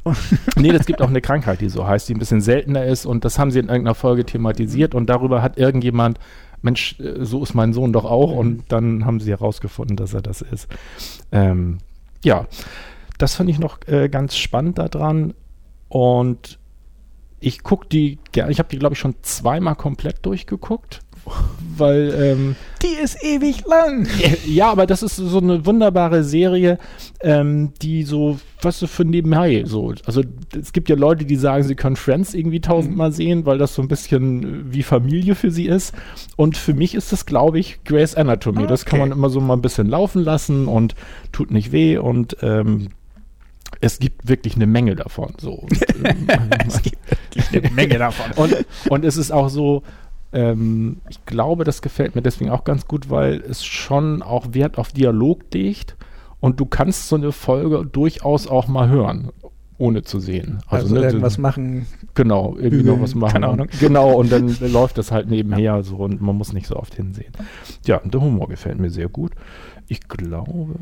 Nee, das gibt auch eine Krankheit, die so heißt, die ein bisschen seltener ist und das haben sie in irgendeiner Folge thematisiert und darüber hat irgendjemand, Mensch, so ist mein Sohn doch auch und dann haben sie herausgefunden, dass er das ist. Ja, das fand ich noch ganz spannend daran und ich gucke die gerne, ich habe die glaube ich schon zweimal komplett durchgeguckt, weil die ist ewig lang. Ja, aber das ist so eine wunderbare Serie, die so, was so für nebenbei so, also es gibt ja Leute, die sagen, sie können Friends irgendwie 1000-mal sehen, weil das so ein bisschen wie Familie für sie ist und für mich ist das, glaube ich, Grey's Anatomy. Okay. Das kann man immer so mal ein bisschen laufen lassen und tut nicht weh und es gibt wirklich eine Menge davon. So. Es gibt wirklich eine Menge davon. Und es ist auch so, ich glaube, das gefällt mir deswegen auch ganz gut, weil es schon auch Wert auf Dialog legt und du kannst so eine Folge durchaus auch mal hören, ohne zu sehen. Also irgendwas machen. Genau, irgendwie noch was machen. Keine Ahnung. Genau, und dann läuft das halt nebenher so und man muss nicht so oft hinsehen. Ja, der Humor gefällt mir sehr gut. Ich glaube,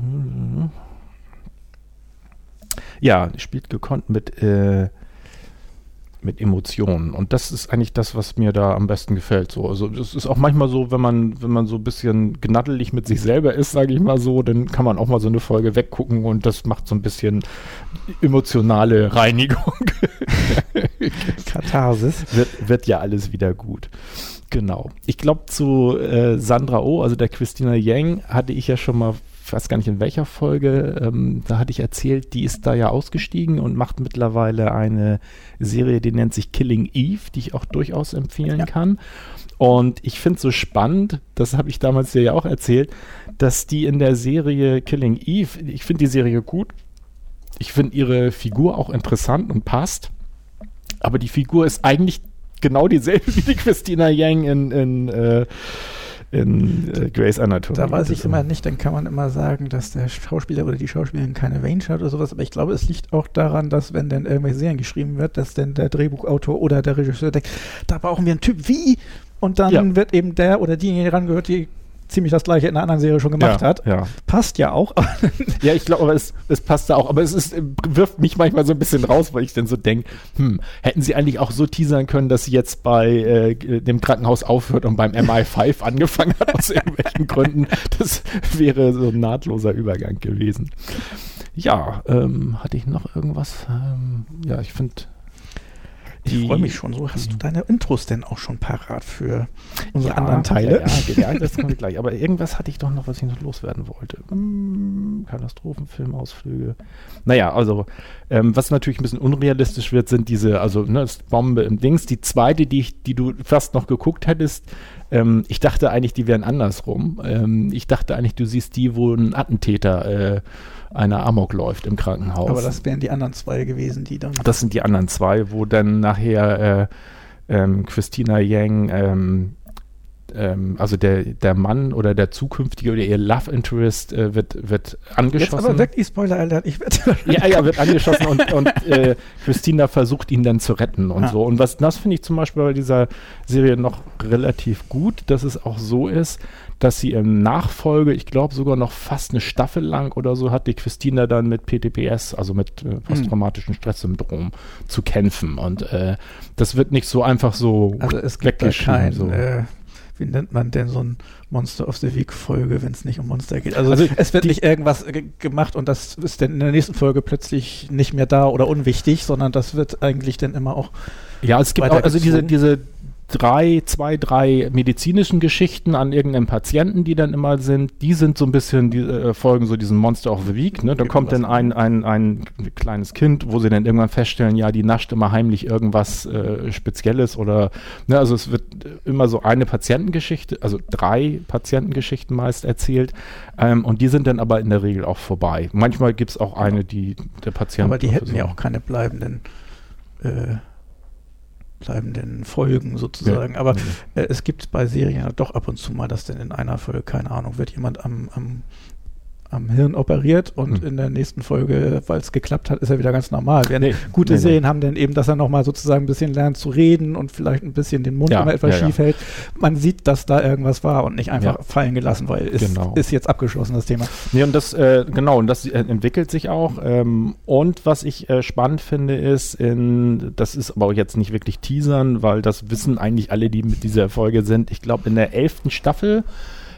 ja, spielt gekonnt mit Emotionen. Und das ist eigentlich das, was mir da am besten gefällt. So. Also das ist auch manchmal so, wenn man so ein bisschen gnaddelig mit sich selber ist, sage ich mal so, dann kann man auch mal so eine Folge weggucken und das macht so ein bisschen emotionale Reinigung. Katharsis. Wird ja alles wieder gut. Genau. Ich glaube zu Sandra Oh, also der Christina Yang, hatte ich ja schon mal, ich weiß gar nicht in welcher Folge, da hatte ich erzählt, die ist da ja ausgestiegen und macht mittlerweile eine Serie, die nennt sich Killing Eve, die ich auch durchaus empfehlen kann. Und ich finde es so spannend, das habe ich damals ja auch erzählt, dass die in der Serie Killing Eve, ich finde die Serie gut, ich finde ihre Figur auch interessant und passt, aber die Figur ist eigentlich genau dieselbe wie die Christina Yang in Grey's Anatomy. Da weiß ich immer nicht, dann kann man immer sagen, dass der Schauspieler oder die Schauspielerin keine Range hat oder sowas, aber ich glaube, es liegt auch daran, dass wenn dann irgendwelche Serien geschrieben wird, dass dann der Drehbuchautor oder der Regisseur denkt, da brauchen wir einen Typ wie, und dann wird eben der oder diejenige rangehört, die ziemlich das Gleiche in einer anderen Serie schon gemacht hat. Ja. Passt ja auch. Ja, ich glaube, es passt da auch. Aber wirft mich manchmal so ein bisschen raus, weil ich dann so denke, hätten sie eigentlich auch so teasern können, dass sie jetzt bei dem Krankenhaus aufhört und beim MI5 angefangen hat, aus irgendwelchen Gründen. Das wäre so ein nahtloser Übergang gewesen. Ja, hatte ich noch irgendwas? Ja, ich finde... Ich freue mich schon so. Hast du deine Intros denn auch schon parat für unsere anderen Teile? Ja, das kommt gleich. Aber irgendwas hatte ich doch noch, was ich noch loswerden wollte. Katastrophenfilmausflüge. Naja, also, was natürlich ein bisschen unrealistisch wird, sind diese, also, das Bombe im Dings. Die zweite, die du fast noch geguckt hättest, ich dachte eigentlich, die wären andersrum. Ich dachte eigentlich, du siehst die, wo ein Attentäter einer Amok läuft im Krankenhaus. Aber das wären die anderen zwei gewesen, die dann... Das sind die anderen zwei, wo dann nachher Christina Yang, also der Mann oder der zukünftige oder ihr Love Interest wird angeschossen. Jetzt aber wirklich Spoiler Alert, wird angeschossen und Christina versucht ihn dann zu retten und so. Und das finde ich zum Beispiel bei dieser Serie noch relativ gut, dass es auch so ist, dass sie im Nachfolge, ich glaube sogar noch fast eine Staffel lang oder so, hat die Christina dann mit PTBS, also mit posttraumatischem Stresssyndrom, zu kämpfen. Und das wird nicht so einfach so also es gibt weggeschrieben. So. Wie nennt man denn so ein Monster of the Week Folge, wenn es nicht um Monster geht? Also es wird nicht irgendwas gemacht und das ist dann in der nächsten Folge plötzlich nicht mehr da oder unwichtig, sondern das wird eigentlich dann immer auch... Ja, es gibt auch, also diese zwei, drei medizinischen Geschichten an irgendeinem Patienten, die dann immer sind, die sind so ein bisschen, die folgen so diesem Monster of the Week, ne? Da kommt dann ein kleines Kind, wo sie dann irgendwann feststellen, ja, die nascht immer heimlich irgendwas Spezielles oder, ne, also es wird immer so eine Patientengeschichte, also 3 Patientengeschichten meist erzählt, und die sind dann aber in der Regel auch vorbei. Manchmal gibt es auch eine, die der Patient... Aber die hätten ja auch keine bleibenden Folgen sozusagen. Ja. Aber es gibt bei Serien ja doch ab und zu mal, dass denn in einer Folge, keine Ahnung, wird jemand am am Hirn operiert und in der nächsten Folge, weil es geklappt hat, ist er wieder ganz normal. Gute Serien haben dann eben, dass er nochmal sozusagen ein bisschen lernt zu reden und vielleicht ein bisschen den Mund immer etwas schief hält. Man sieht, dass da irgendwas war und nicht einfach fallen gelassen, weil es ist jetzt abgeschlossen, das Thema. Nee, und das entwickelt sich auch. Und was ich spannend finde, ist, das ist aber auch jetzt nicht wirklich teasern, weil das wissen eigentlich alle, die mit dieser Folge sind. Ich glaube, in der 11. Staffel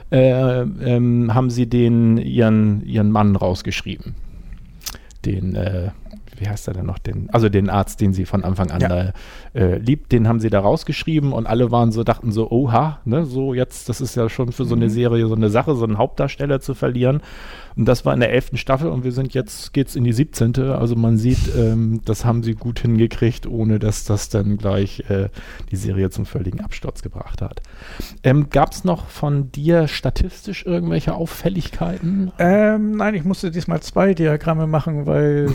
haben sie ihren Mann rausgeschrieben. Den, wie heißt er denn noch? Den Arzt, den sie von Anfang an liebt, den haben sie da rausgeschrieben und alle dachten so, oha, ne, so jetzt, das ist ja schon für so eine Serie so eine Sache, so einen Hauptdarsteller zu verlieren. Und das war in der 11. Staffel und geht's in die 17. Also man sieht, das haben sie gut hingekriegt, ohne dass das dann gleich die Serie zum völligen Absturz gebracht hat. Gab es noch von dir statistisch irgendwelche Auffälligkeiten? Nein, ich musste diesmal 2 Diagramme machen, weil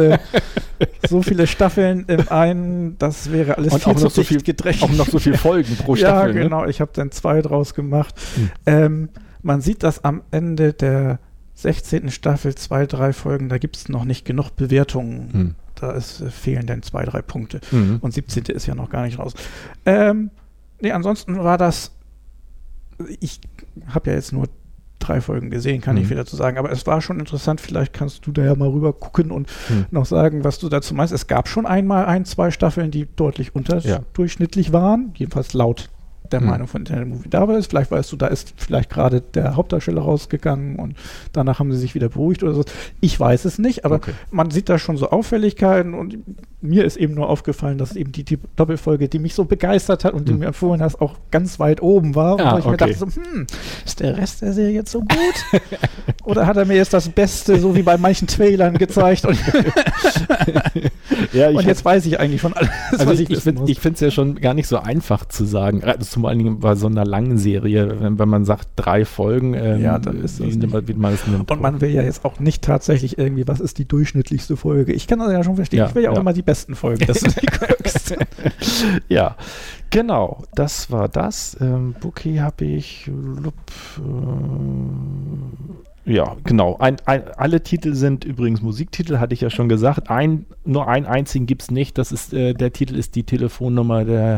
so viele Staffeln im einen, das wäre alles viel zu dicht gedrängt. Auch noch so viele Folgen pro Staffel. Ja, genau, ne? Ich habe dann 2 draus gemacht. Man sieht, dass am Ende der 16. Staffel 2-3 Folgen, da gibt es noch nicht genug Bewertungen. Da fehlen dann 2-3 Punkte. Und 17. ist ja noch gar nicht raus. Ansonsten war das, ich habe ja jetzt nur 3 Folgen gesehen, kann ich wieder zu sagen, aber es war schon interessant, vielleicht kannst du da ja mal rüber gucken und noch sagen, was du dazu meinst. Es gab schon einmal 2 Staffeln, die deutlich unterdurchschnittlich waren, jedenfalls laut der Meinung von Internet Movie Database. Vielleicht weißt du, da ist vielleicht gerade der Hauptdarsteller rausgegangen und danach haben sie sich wieder beruhigt oder so. Ich weiß es nicht, aber man sieht da schon so Auffälligkeiten und mir ist eben nur aufgefallen, dass eben die Doppelfolge, die mich so begeistert hat und die du mir empfohlen hast, auch ganz weit oben war. Und ich mir dachte so, ist der Rest der Serie jetzt so gut? Oder hat er mir jetzt das Beste, so wie bei manchen Trailern gezeigt? Und, und jetzt weiß ich eigentlich von alles, was ich wissen muss. Ich finde es ja schon gar nicht so einfach zu sagen, zum allen bei so einer langen Serie, wenn man sagt 3 Folgen, dann ist das wie man es nimmt. Und man will ja jetzt auch nicht tatsächlich irgendwie, was ist die durchschnittlichste Folge? Ich kann das ja schon verstehen. Ich will ja auch immer die besten Folgen. Das ist die Glückste. Ja, genau. Das war das. Bookie habe ich. Ja, genau. Alle Titel sind übrigens Musiktitel, hatte ich ja schon gesagt. Nur einen einzigen gibt es nicht. Das ist, der Titel ist die Telefonnummer der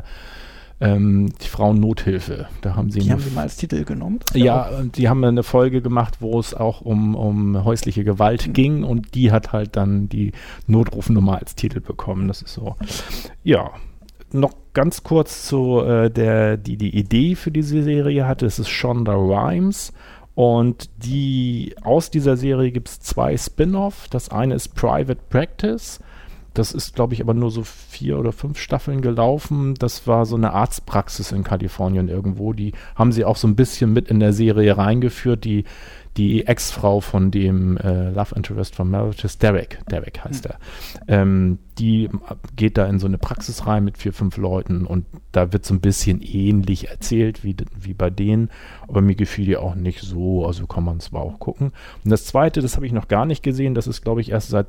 die Frauennothilfe. Haben sie mal als Titel genommen? Ja, die haben eine Folge gemacht, wo es auch um häusliche Gewalt ging und die hat halt dann die Notrufnummer als Titel bekommen. Das ist so. Ja, noch ganz kurz zu die Idee für diese Serie hatte. Es ist Shonda Rhimes. Und aus dieser Serie gibt es 2 Spin-off. Das eine ist Private Practice. Das ist, glaube ich, aber nur so 4 oder 5 Staffeln gelaufen. Das war so eine Arztpraxis in Kalifornien irgendwo. Die haben sie auch so ein bisschen mit in der Serie reingeführt. Die Ex-Frau von dem Love Interest von Meredith, Derek heißt er, die geht da in so eine Praxis rein mit 4, 5 Leuten und da wird so ein bisschen ähnlich erzählt wie bei denen, aber mir gefiel die auch nicht so, also kann man zwar auch gucken. Und das zweite, das habe ich noch gar nicht gesehen, das ist, glaube ich, erst seit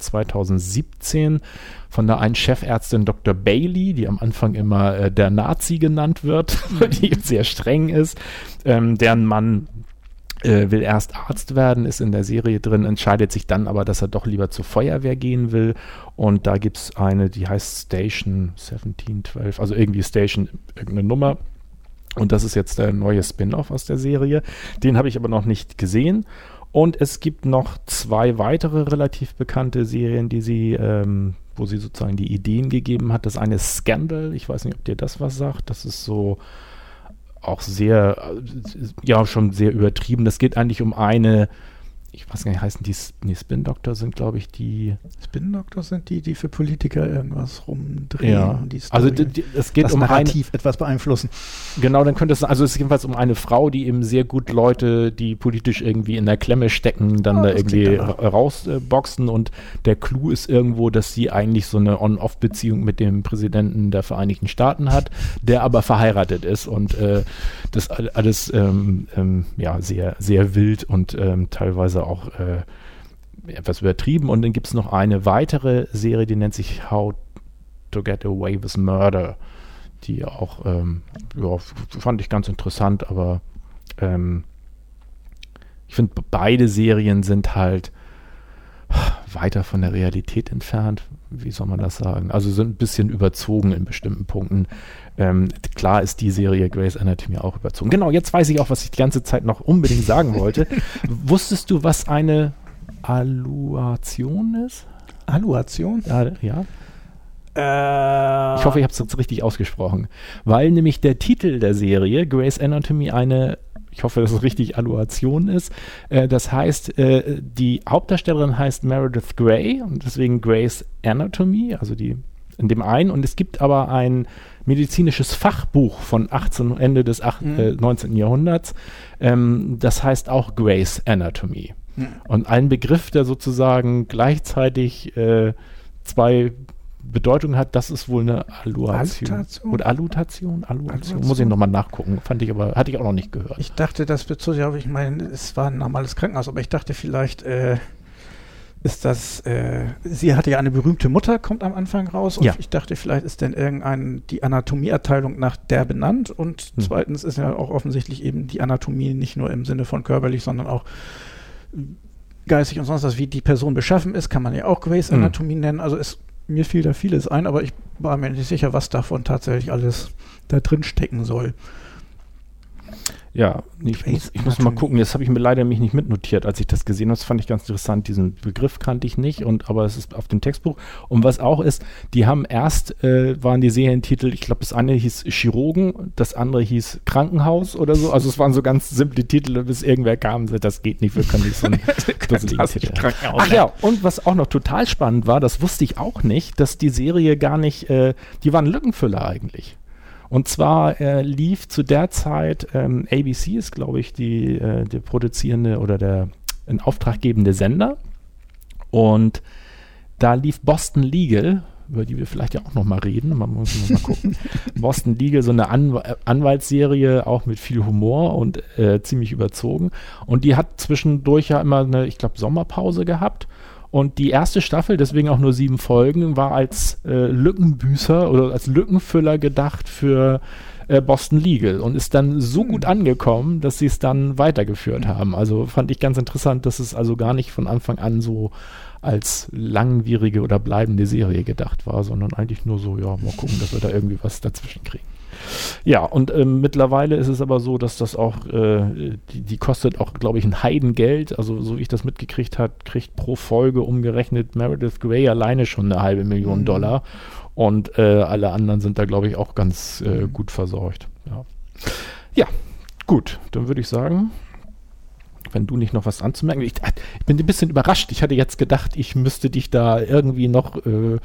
2017 von der einen Chefärztin Dr. Bailey, die am Anfang immer der Nazi genannt wird, die sehr streng ist, deren Mann will erst Arzt werden, ist in der Serie drin, entscheidet sich dann aber, dass er doch lieber zur Feuerwehr gehen will. Und da gibt es eine, die heißt Station 1712, also irgendwie Station, irgendeine Nummer. Und das ist jetzt der neue Spin-off aus der Serie. Den habe ich aber noch nicht gesehen. Und es gibt noch 2 weitere relativ bekannte Serien, wo sie sozusagen die Ideen gegeben hat. Das eine ist Scandal, ich weiß nicht, ob dir das was sagt. Das ist so auch sehr, schon sehr übertrieben. Das geht eigentlich um eine, ich weiß gar nicht, heißen die, Spin-Doktor sind, glaube ich, die... Spin-Doktor sind die für Politiker irgendwas rumdrehen. Ja, also es geht das um Narrativ etwas beeinflussen. Genau, dann könnte es, also es ist jedenfalls um eine Frau, die eben sehr gut Leute, die politisch irgendwie in der Klemme stecken, dann da irgendwie rausboxen und der Clou ist irgendwo, dass sie eigentlich so eine On-Off-Beziehung mit dem Präsidenten der Vereinigten Staaten hat, der aber verheiratet ist und das alles sehr, sehr wild und teilweise auch etwas übertrieben. Und dann gibt es noch eine weitere Serie, die nennt sich How to Get Away with Murder, die auch fand ich ganz interessant, aber Ich finde, beide Serien sind halt weiter von der Realität entfernt. Wie soll man das sagen? Also sind ein bisschen überzogen in bestimmten Punkten. Klar ist die Serie Grey's Anatomy auch überzogen. Genau, jetzt weiß ich auch, was ich die ganze Zeit noch unbedingt sagen wollte. Wusstest du, was eine Alluation ist? Alluation? Ja. Ich hoffe, ich habe es jetzt richtig ausgesprochen. Weil nämlich der Titel der Serie, Grey's Anatomy, ich hoffe, dass es richtig Alluation ist. Das heißt, die Hauptdarstellerin heißt Meredith Grey und deswegen Grey's Anatomy, also die in dem einen. Und es gibt aber ein medizinisches Fachbuch von Ende des 19. Jahrhunderts. Das heißt auch Grey's Anatomy. Und ein Begriff, der sozusagen gleichzeitig zwei Bedeutungen hat, das ist wohl eine Alluation. Oder Allutation? Muss ich nochmal nachgucken. Hatte ich auch noch nicht gehört. Ich dachte, das bezog sich auf, ich meine, es war ein normales Krankenhaus, aber ich dachte vielleicht, ist das, sie hatte ja eine berühmte Mutter, kommt am Anfang raus, und ich dachte, vielleicht ist denn die Anatomieabteilung nach der benannt, und zweitens ist ja auch offensichtlich eben die Anatomie nicht nur im Sinne von körperlich, sondern auch geistig und sonst was, wie die Person beschaffen ist, kann man ja auch Grey's Anatomie nennen. Also mir fiel da vieles ein, aber ich war mir nicht sicher, was davon tatsächlich alles da drin stecken soll. Ja, ich muss mal gucken, jetzt habe ich mir leider nicht mitnotiert, als ich das gesehen habe. Das fand ich ganz interessant, diesen Begriff kannte ich nicht, aber es ist auf dem Textbuch. Und was auch ist, die haben waren die Serientitel, ich glaube, das eine hieß Chirurgen, das andere hieß Krankenhaus oder so. Also es waren so ganz simple Titel, bis irgendwer kam und sagte, das geht nicht, wir können nicht so einen dusseligen Titel. Ach ja, und was auch noch total spannend war, das wusste ich auch nicht, dass die Serie gar nicht, die waren Lückenfüller eigentlich. Und zwar lief zu der Zeit, ABC ist, glaube ich, der produzierende oder der in auftraggebende Sender. Und da lief Boston Legal, über die wir vielleicht ja auch noch mal reden. Man muss mal gucken. Boston Legal, so eine Anwaltsserie, auch mit viel Humor und ziemlich überzogen. Und die hat zwischendurch ja immer eine, ich glaube, Sommerpause gehabt. Und die erste Staffel, deswegen auch nur 7 Folgen, war als Lückenbüßer oder als Lückenfüller gedacht für Boston Legal und ist dann so gut angekommen, dass sie es dann weitergeführt haben. Also fand ich ganz interessant, dass es also gar nicht von Anfang an so als langwierige oder bleibende Serie gedacht war, sondern eigentlich nur so, ja, mal gucken, dass wir da irgendwie was dazwischen kriegen. Ja, und mittlerweile ist es aber so, dass das auch, die kostet auch, glaube ich, ein Heidengeld. Also so wie ich das mitgekriegt habe, kriegt pro Folge umgerechnet Meredith Grey alleine schon $500,000 und alle anderen sind da, glaube ich, auch ganz gut versorgt. Ja, gut, dann würde ich sagen, wenn du nicht noch was anzumerken, ich bin ein bisschen überrascht. Ich hatte jetzt gedacht, ich müsste dich da irgendwie noch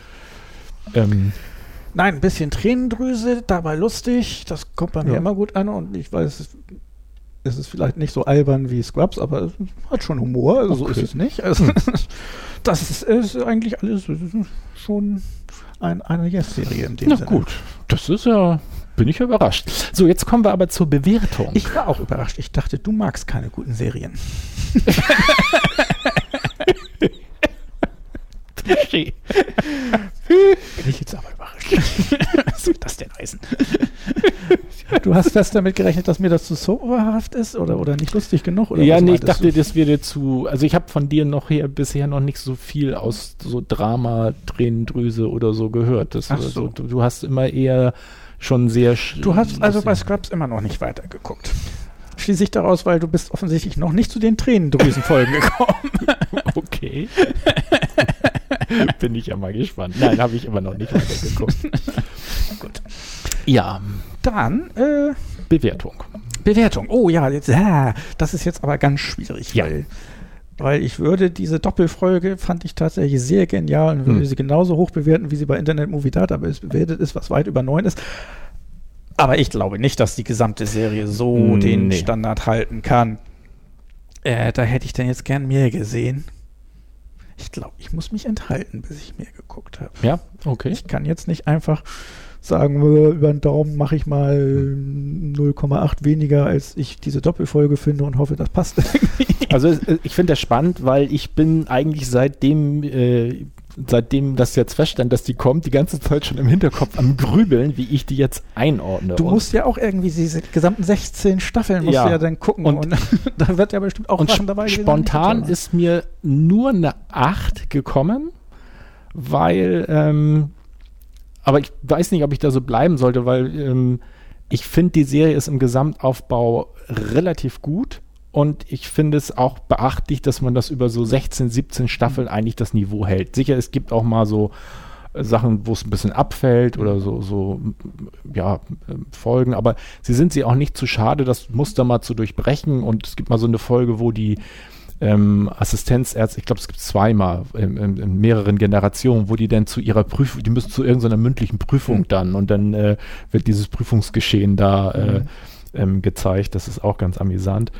Nein, ein bisschen Tränendrüse, dabei lustig, das kommt bei mir immer gut an, und ich weiß, es ist vielleicht nicht so albern wie Scrubs, aber es hat schon Humor, also so ist es nicht. Also, das ist eigentlich alles schon eine Yes-Serie in dem Sinne. Na gut, das ist bin ich überrascht. So, jetzt kommen wir aber zur Bewertung. Ich war auch überrascht, ich dachte, du magst keine guten Serien. Bin ich jetzt aber überrascht. Was soll das denn heißen? Du hast fest damit gerechnet, dass mir das zu soberhaft ist oder nicht lustig genug? Oder ja, nee, ich dachte, das wäre also ich habe von dir bisher noch nicht so viel aus so Drama, Tränendrüse oder so gehört. So. Du hast immer eher schon sehr... Du hast also bei Scrubs immer noch nicht weitergeguckt. Schließe ich daraus, weil du bist offensichtlich noch nicht zu den Tränendrüsenfolgen gekommen. Okay. Bin ich ja mal gespannt. Nein, habe ich immer noch nicht weitergeguckt. Gut. Ja. Dann Bewertung. Oh ja, das ist jetzt aber ganz schwierig, weil ich würde diese Doppelfolge, fand ich tatsächlich sehr genial und würde sie genauso hoch bewerten, wie sie bei Internet Movie Database bewertet ist, was weit über 9 ist. Aber ich glaube nicht, dass die gesamte Serie so den Standard halten kann. Da hätte ich dann jetzt gern mehr gesehen. Ich glaube, ich muss mich enthalten, bis ich mehr geguckt habe. Ja, okay. Ich kann jetzt nicht einfach sagen, über den Daumen mache ich mal 0,8 weniger, als ich diese Doppelfolge finde und hoffe, das passt irgendwie. Also ich finde das spannend, weil ich bin eigentlich seitdem seitdem das jetzt feststand, dass die kommt, die ganze Zeit schon im Hinterkopf am Grübeln, wie ich die jetzt einordne. Du musst ja auch irgendwie diese gesamten 16 Staffeln musst du ja dann gucken und da wird ja bestimmt auch Sachen dabei gewesen. Spontan ist mir nur eine 8 gekommen, weil aber ich weiß nicht, ob ich da so bleiben sollte, weil ich finde, die Serie ist im Gesamtaufbau relativ gut. Und ich finde es auch beachtlich, dass man das über so 16, 17 Staffeln eigentlich das Niveau hält. Sicher, es gibt auch mal so Sachen, wo es ein bisschen abfällt oder so Folgen, aber sie sind auch nicht zu schade, das Muster mal zu durchbrechen. Und es gibt mal so eine Folge, wo die Assistenzärzte, ich glaube, es gibt zweimal in mehreren Generationen, wo die dann zu ihrer Prüfung, die müssen zu irgendeiner mündlichen Prüfung dann und dann wird dieses Prüfungsgeschehen da gezeigt. Das ist auch ganz amüsant.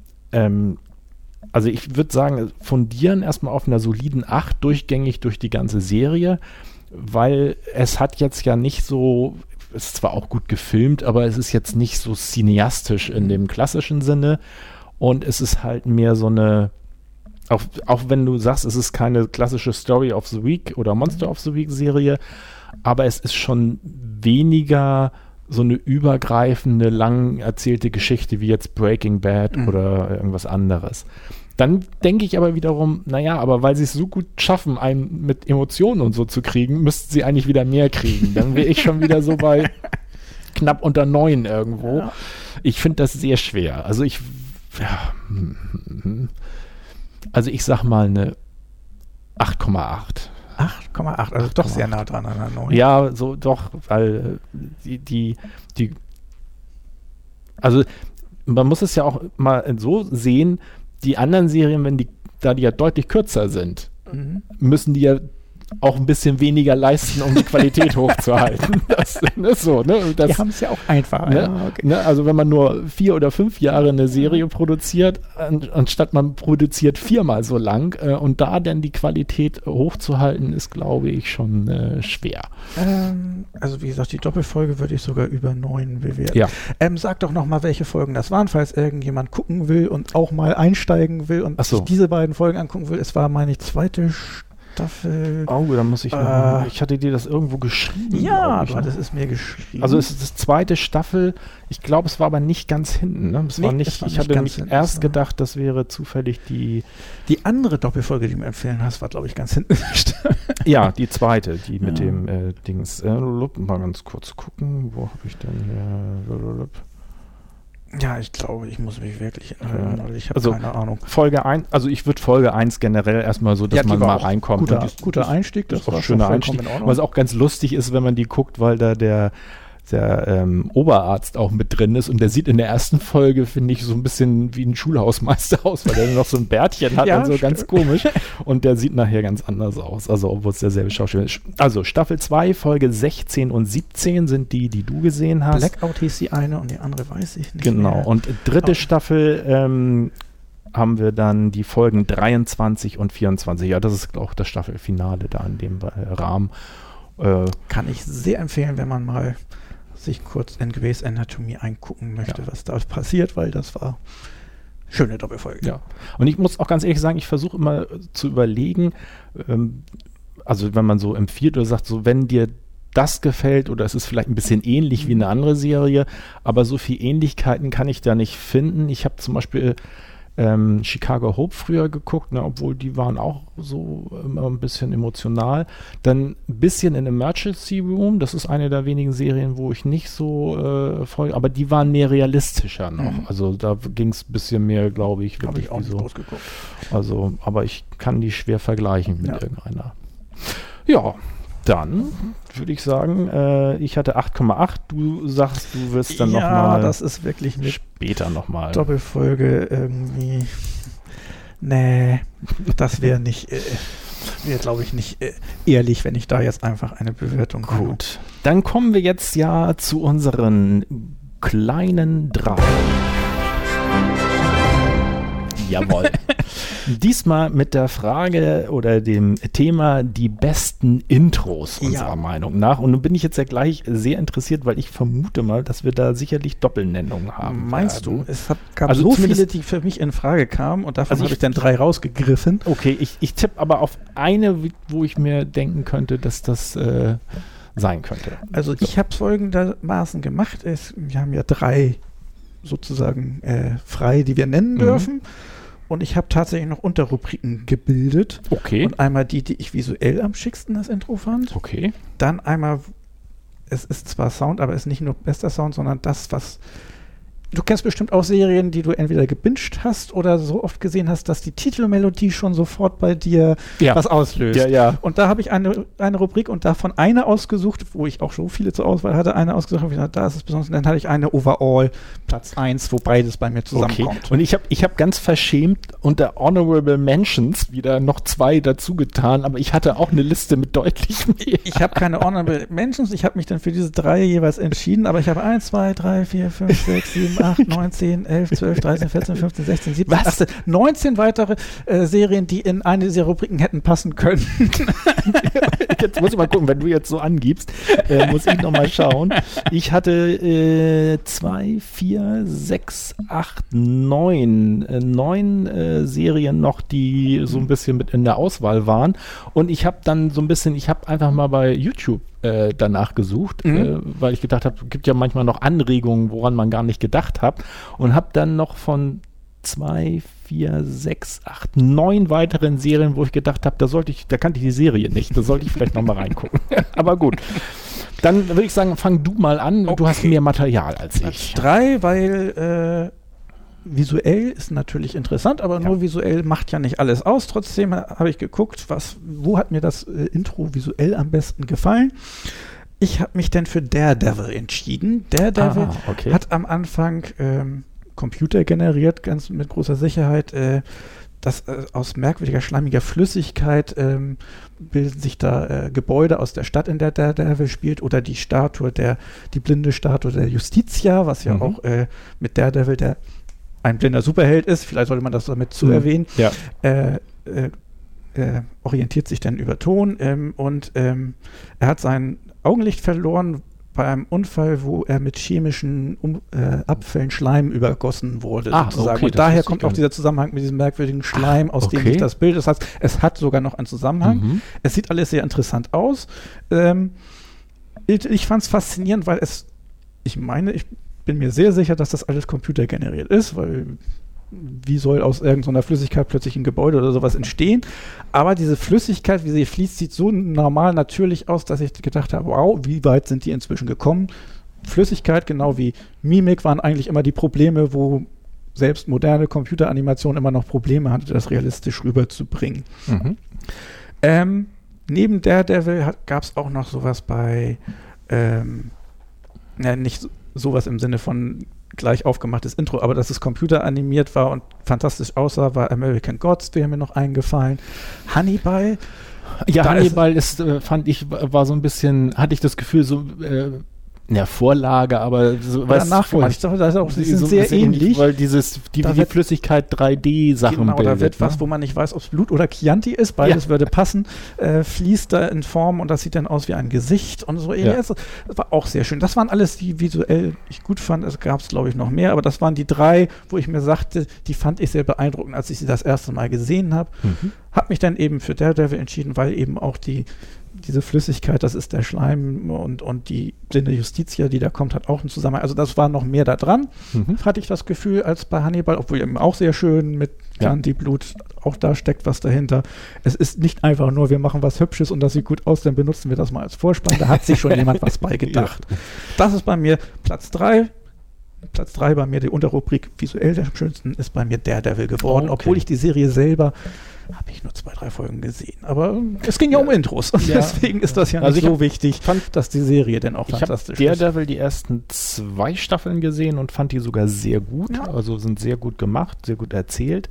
Also ich würde sagen, fundieren erstmal auf einer soliden 8 durchgängig durch die ganze Serie, weil es hat jetzt ja nicht so, es ist zwar auch gut gefilmt, aber es ist jetzt nicht so cineastisch in dem klassischen Sinne und es ist halt mehr so eine, auch wenn du sagst, es ist keine klassische Story of the Week oder Monster of the Week Serie, aber es ist schon weniger so eine übergreifende, lang erzählte Geschichte wie jetzt Breaking Bad oder irgendwas anderes. Dann denke ich aber wiederum, naja, aber weil sie es so gut schaffen, einen mit Emotionen und so zu kriegen, müssten sie eigentlich wieder mehr kriegen. Dann wäre ich schon wieder so bei knapp unter 9 irgendwo. Ja. Ich finde das sehr schwer. Also ich sag mal eine 8,8. 8,8, also doch sehr nah dran an der 9. Ja, so doch, weil also man muss es ja auch mal so sehen, die anderen Serien, wenn die ja deutlich kürzer sind, müssen die ja auch ein bisschen weniger leisten, um die Qualität hochzuhalten. Das ist so, ne? Das, die haben es ja auch einfach. Ne? Ja, okay. Ne? Also wenn man nur 4 oder 5 Jahre eine Serie produziert, anstatt man produziert 4-mal so lang und da dann die Qualität hochzuhalten, ist, glaube ich, schon schwer. Also wie gesagt, die Doppelfolge würde ich sogar über 9 bewerten. Ja. Sag doch noch mal, welche Folgen das waren, falls irgendjemand gucken will und auch mal einsteigen will und sich diese beiden Folgen angucken will. Es war, meine ich, 2. Staffel. Oh, da muss ich noch. Ich hatte dir das irgendwo geschrieben. Ja, aber das ist mir geschrieben. Also es ist das 2. Staffel. Ich glaube, es war aber nicht ganz hinten. Ne? Es war nicht. Ich hatte nämlich erst gedacht, das wäre zufällig die andere Doppelfolge, die du mir empfehlen hast, war, glaube ich, ganz hinten. Ja, die 2. Die mit dem Dings. Mal ganz kurz gucken. Wo habe ich denn hier? Ja, ich glaube, ich muss mich wirklich erinnern, weil ich habe keine Ahnung. Folge 1, also ich würde Folge 1 generell erstmal so, dass man mal reinkommt. Guter Einstieg, das war ein schöner Einstieg. Was auch ganz lustig ist, wenn man die guckt, weil da der Oberarzt auch mit drin ist und der sieht in der ersten Folge, finde ich, so ein bisschen wie ein Schulhausmeister aus, weil der noch so ein Bärtchen hat und so, ganz komisch. Und der sieht nachher ganz anders aus, also obwohl es derselbe Schauspieler ist. Also Staffel 2, Folge 16 und 17 sind die du gesehen hast. Blackout hieß die eine und die andere weiß ich nicht Genau, mehr. und 3. Staffel haben wir dann die Folgen 23 und 24. Ja, das ist auch das Staffelfinale da in dem Rahmen. Kann ich sehr empfehlen, wenn man mal sich kurz in Grey's Anatomy eingucken möchte, was da passiert, weil das war schöne Doppelfolge. Ja, und ich muss auch ganz ehrlich sagen, ich versuche immer zu überlegen, also wenn man so empfiehlt oder sagt, so wenn dir das gefällt oder es ist vielleicht ein bisschen ähnlich wie eine andere Serie, aber so viel Ähnlichkeiten kann ich da nicht finden. Ich habe zum Beispiel Chicago Hope früher geguckt, ne, obwohl die waren auch so immer ein bisschen emotional. Dann ein bisschen in Emergency Room, das ist eine der wenigen Serien, wo ich nicht so aber die waren mehr realistischer noch. Also da ging es ein bisschen mehr, glaube ich, wirklich auch so. Ausgeguckt. Also, aber ich kann die schwer vergleichen mit irgendeiner. Ja, dann würde ich sagen, ich hatte 8,8. Du sagst, du wirst dann nochmal. Ja, das ist wirklich eine später nochmal. Doppelfolge irgendwie. Nee, das wäre nicht, wäre glaube ich nicht ehrlich, wenn ich da jetzt einfach eine Bewertung mache. Gut, dann kommen wir jetzt ja zu unseren kleinen 3. Jawohl. Diesmal mit der Frage oder dem Thema die besten Intros unserer Meinung nach. Und nun bin ich jetzt ja gleich sehr interessiert, weil ich vermute mal, dass wir da sicherlich Doppelnennungen haben. Meinst du? Es gab so viele, die für mich in Frage kamen und davon habe ich dann 3 rausgegriffen. Okay, ich tippe aber auf eine, wo ich mir denken könnte, dass das sein könnte. Also ich habe es folgendermaßen gemacht. Wir haben ja 3 sozusagen frei, die wir nennen dürfen. Und ich habe tatsächlich noch Unterrubriken gebildet. Okay. Und einmal die ich visuell am schicksten das Intro fand. Okay. Dann einmal, es ist zwar Sound, aber es ist nicht nur bester Sound, sondern das, was... Du kennst bestimmt auch Serien, die du entweder gebinged hast oder so oft gesehen hast, dass die Titelmelodie schon sofort bei dir was auslöst. Ja, ja. Und da habe ich eine Rubrik und davon eine ausgesucht, wo ich auch so viele zur Auswahl hatte, eine ausgesucht, und ich dachte, da ist es besonders. Und dann hatte ich eine Overall Platz 1, wo beides bei mir zusammenkommt. Okay. Und ich hab ganz verschämt unter Honorable Mentions wieder noch 2 dazu getan, aber ich hatte auch eine Liste mit deutlich mehr. Ich habe keine Honorable Mentions, ich habe mich dann für diese 3 jeweils entschieden, aber ich habe 1, 2, 3, 4, 5, 6, 7, 8, 9, 10, 11, 12, 13, 14, 15, 16, 17, 18, 19 weitere Serien, die in eine dieser Rubriken hätten passen können. Jetzt muss ich mal gucken, wenn du jetzt so angibst, muss ich nochmal schauen. Ich hatte 2, 4, 6, 8, 9 Serien noch, die so ein bisschen mit in der Auswahl waren. Und ich habe dann so ein bisschen, ich habe einfach mal bei YouTube danach gesucht, weil ich gedacht habe, es gibt ja manchmal noch Anregungen, woran man gar nicht gedacht hat, und habe dann noch von 2, 4, 6, 8, 9 weiteren Serien, wo ich gedacht habe, da kannte ich die Serie nicht, da sollte ich vielleicht nochmal reingucken. Aber gut. Dann würde ich sagen, fang du mal an, du hast mehr Material als ich. 3, weil visuell ist natürlich interessant, aber nur visuell macht ja nicht alles aus. Trotzdem habe ich geguckt, wo hat mir das Intro visuell am besten gefallen. Ich habe mich dann für Daredevil entschieden. Daredevil hat am Anfang Computer generiert, ganz mit großer Sicherheit. Das aus merkwürdiger, schleimiger Flüssigkeit bilden sich da Gebäude aus der Stadt, in der Daredevil spielt, oder die blinde Statue der Justitia, was ja auch mit Daredevil der ein blinder Superheld ist, vielleicht sollte man das damit zu erwähnen, orientiert sich dann über Ton und er hat sein Augenlicht verloren bei einem Unfall, wo er mit chemischen Abfällen Schleim übergossen wurde, sozusagen. Und daher kommt auch dieser Zusammenhang mit diesem merkwürdigen Schleim, aus dem sich das Bild. Das heißt, es hat sogar noch einen Zusammenhang. Es sieht alles sehr interessant aus. Ich fand es faszinierend, weil ich bin mir sehr sicher, dass das alles computergeneriert ist, weil wie soll aus irgendeiner Flüssigkeit plötzlich ein Gebäude oder sowas entstehen? Aber diese Flüssigkeit, wie sie fließt, sieht so normal natürlich aus, dass ich gedacht habe, wow, wie weit sind die inzwischen gekommen? Flüssigkeit, genau wie Mimik, waren eigentlich immer die Probleme, wo selbst moderne Computeranimationen immer noch Probleme hatte, das realistisch rüberzubringen. Neben Daredevil gab es auch noch sowas bei nicht sowas im Sinne von gleich aufgemachtes Intro, aber dass es computeranimiert war und fantastisch aussah, war American Gods, der mir noch eingefallen. Hannibal. Ja, Hannibal fand ich, war so ein bisschen, hatte ich das Gefühl, so Vorlage, aber so, nachgemacht. Sie sind sehr ähnlich. Weil die Flüssigkeit 3D-Sachen bildet. Genau, da wird was, wo man nicht weiß, ob es Blut oder Chianti ist, beides würde passen, fließt da in Form und das sieht dann aus wie ein Gesicht und so. Ja. Das war auch sehr schön. Das waren alles, die visuell ich gut fand. Es gab es, glaube ich, noch mehr, aber das waren die 3, wo ich mir sagte, die fand ich sehr beeindruckend, als ich sie das erste Mal gesehen habe. Habe mich dann eben für Daredevil entschieden, weil eben auch diese Flüssigkeit, das ist der Schleim und die blinde Justitia, die da kommt, hat auch einen Zusammenhang. Also das war noch mehr da dran, hatte ich das Gefühl, als bei Hannibal, obwohl eben auch sehr schön mit Chianti-Blut, auch da steckt was dahinter. Es ist nicht einfach nur, wir machen was Hübsches und das sieht gut aus, dann benutzen wir das mal als Vorspann. Da hat sich schon jemand was bei gedacht. Das ist bei mir Platz 3. Platz 3 bei mir, die Unterrubrik visuell der schönsten, ist bei mir Daredevil geworden, obwohl ich die Serie selber habe ich nur 2, 3 Folgen gesehen. Aber es ging ja um Intros. Und deswegen ist das ja nicht so wichtig, dass die Serie denn auch fantastisch ist. Ich habe Daredevil die ersten 2 Staffeln gesehen und fand die sogar sehr gut. Ja. Also sind sehr gut gemacht, sehr gut erzählt.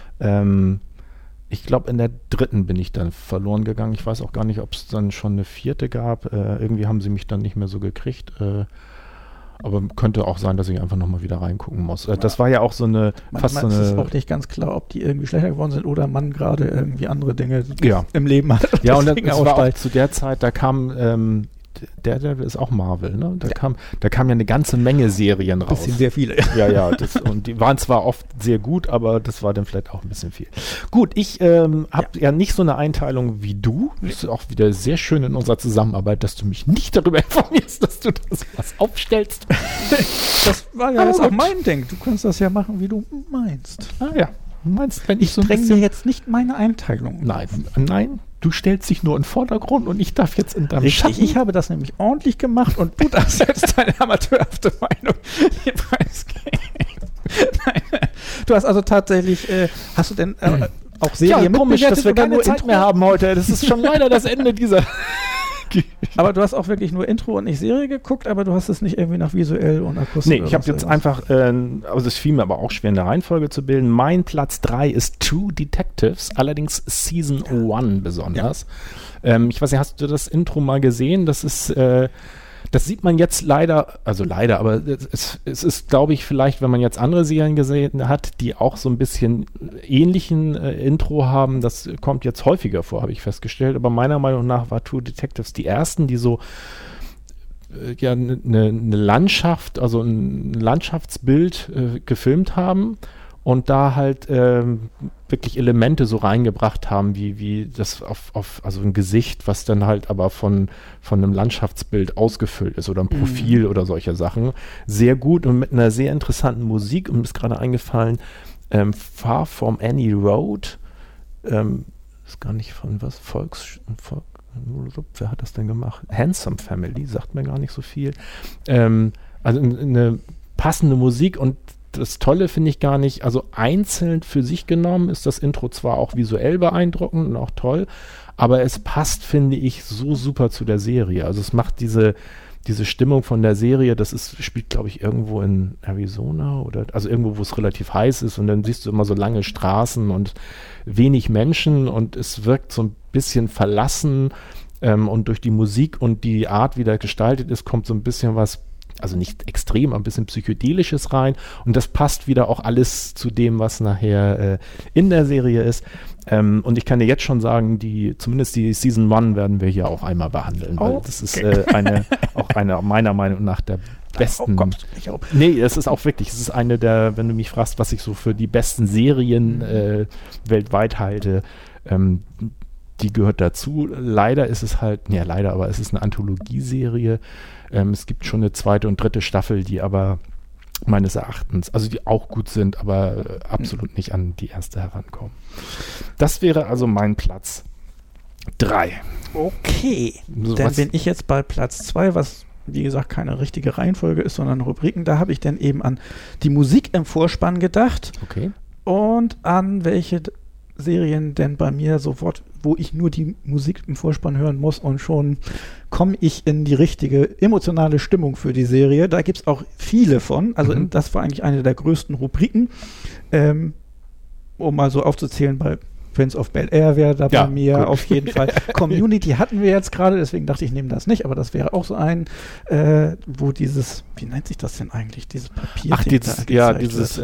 Ich glaube, in der 3. bin ich dann verloren gegangen. Ich weiß auch gar nicht, ob es dann schon eine 4. gab. Irgendwie haben sie mich dann nicht mehr so gekriegt. Aber könnte auch sein, dass ich einfach nochmal wieder reingucken muss. Das war ja auch so eine... Manchmal ist es auch nicht ganz klar, ob die irgendwie schlechter geworden sind oder man gerade irgendwie andere Dinge im Leben hat. Ja, und das war auch zu der Zeit, da kam... Der ist auch Marvel, ne? Da kam ja eine ganze Menge Serien raus. Bisschen sehr viele. Ja, und die waren zwar oft sehr gut, aber das war dann vielleicht auch ein bisschen viel. Gut, ich habe ja nicht so eine Einteilung wie du. Das ist auch wieder sehr schön in unserer Zusammenarbeit, dass du mich nicht darüber informierst, dass du das was aufstellst. Das war ja jetzt auch mein Ding. Du kannst das ja machen, wie du meinst. Ah ja. Du meinst, wenn ich so dränge mir jetzt nicht meine Einteilung. Nein. Du stellst dich nur in den Vordergrund und ich darf jetzt in deinem Schatten. Ich habe das nämlich ordentlich gemacht und du darfst jetzt deine amateurhafte Meinung hier preisgeben. Nein. Du hast also tatsächlich, hast du denn auch Serien komisch, dass wir keine Zeit mehr haben heute. Das ist schon leider das Ende dieser... Aber du hast auch wirklich nur Intro und nicht Serie geguckt, aber du hast es nicht irgendwie nach visuell und akustisch. Nee, ich habe jetzt einfach, also es fiel mir aber auch schwer in der Reihenfolge zu bilden. Mein Platz 3 ist True Detectives, allerdings Season 1 besonders. Ja. Ich weiß nicht, hast du das Intro mal gesehen? Das ist, das sieht man jetzt leider, aber es ist, glaube ich, vielleicht, wenn man jetzt andere Serien gesehen hat, die auch so ein bisschen ähnlichen Intro haben, das kommt jetzt häufiger vor, habe ich festgestellt, aber meiner Meinung nach war True Detectives die ersten, die so eine Landschaft, also ein Landschaftsbild gefilmt haben und da halt wirklich Elemente so reingebracht haben, wie das also ein Gesicht, was dann halt aber von einem Landschaftsbild ausgefüllt ist oder ein Profil oder solche Sachen. Sehr gut und mit einer sehr interessanten Musik. Und mir ist gerade eingefallen, Far From Any Road, ist gar nicht von was, wer hat das denn gemacht? Handsome Family, sagt mir gar nicht so viel. Also eine passende Musik und das Tolle finde ich gar nicht, also einzeln für sich genommen ist das Intro zwar auch visuell beeindruckend und auch toll, aber es passt, finde ich, so super zu der Serie. Also es macht diese Stimmung von der Serie, spielt, glaube ich, irgendwo in Arizona oder also irgendwo, wo es relativ heiß ist und dann siehst du immer so lange Straßen und wenig Menschen und es wirkt so ein bisschen verlassen und durch die Musik und die Art, wie da gestaltet ist, kommt so ein bisschen was, also nicht extrem, aber ein bisschen Psychedelisches rein und das passt wieder auch alles zu dem, was nachher in der Serie ist. Und ich kann dir jetzt schon sagen, zumindest die Season 1 werden wir hier auch einmal behandeln, weil das ist auch eine meiner Meinung nach der besten. Nee, es ist auch wirklich, es ist eine der, wenn du mich fragst, was ich so für die besten Serien weltweit halte, die gehört dazu. Leider ist es halt, aber es ist eine Anthologieserie. Es gibt schon eine 2. und 3. Staffel, die aber meines Erachtens, also die auch gut sind, aber absolut nicht an die erste herankommen. Das wäre also mein Platz 3. Okay, dann bin ich jetzt bei Platz 2, was wie gesagt keine richtige Reihenfolge ist, sondern Rubriken. Da habe ich dann eben an die Musik im Vorspann gedacht. Okay. Und an welche Serien denn bei mir sofort, wo ich nur die Musik im Vorspann hören muss und schon komme ich in die richtige emotionale Stimmung für die Serie. Da gibt es auch viele von. Also das war eigentlich eine der größten Rubriken. Um mal so aufzuzählen, bei Prince of Bel-Air wäre da bei mir gut. Auf jeden Fall. Community hatten wir jetzt gerade, deswegen dachte ich, nehme das nicht, aber das wäre auch so ein, wo dieses, wie nennt sich das denn eigentlich, dieses Papier? Ach, dieses,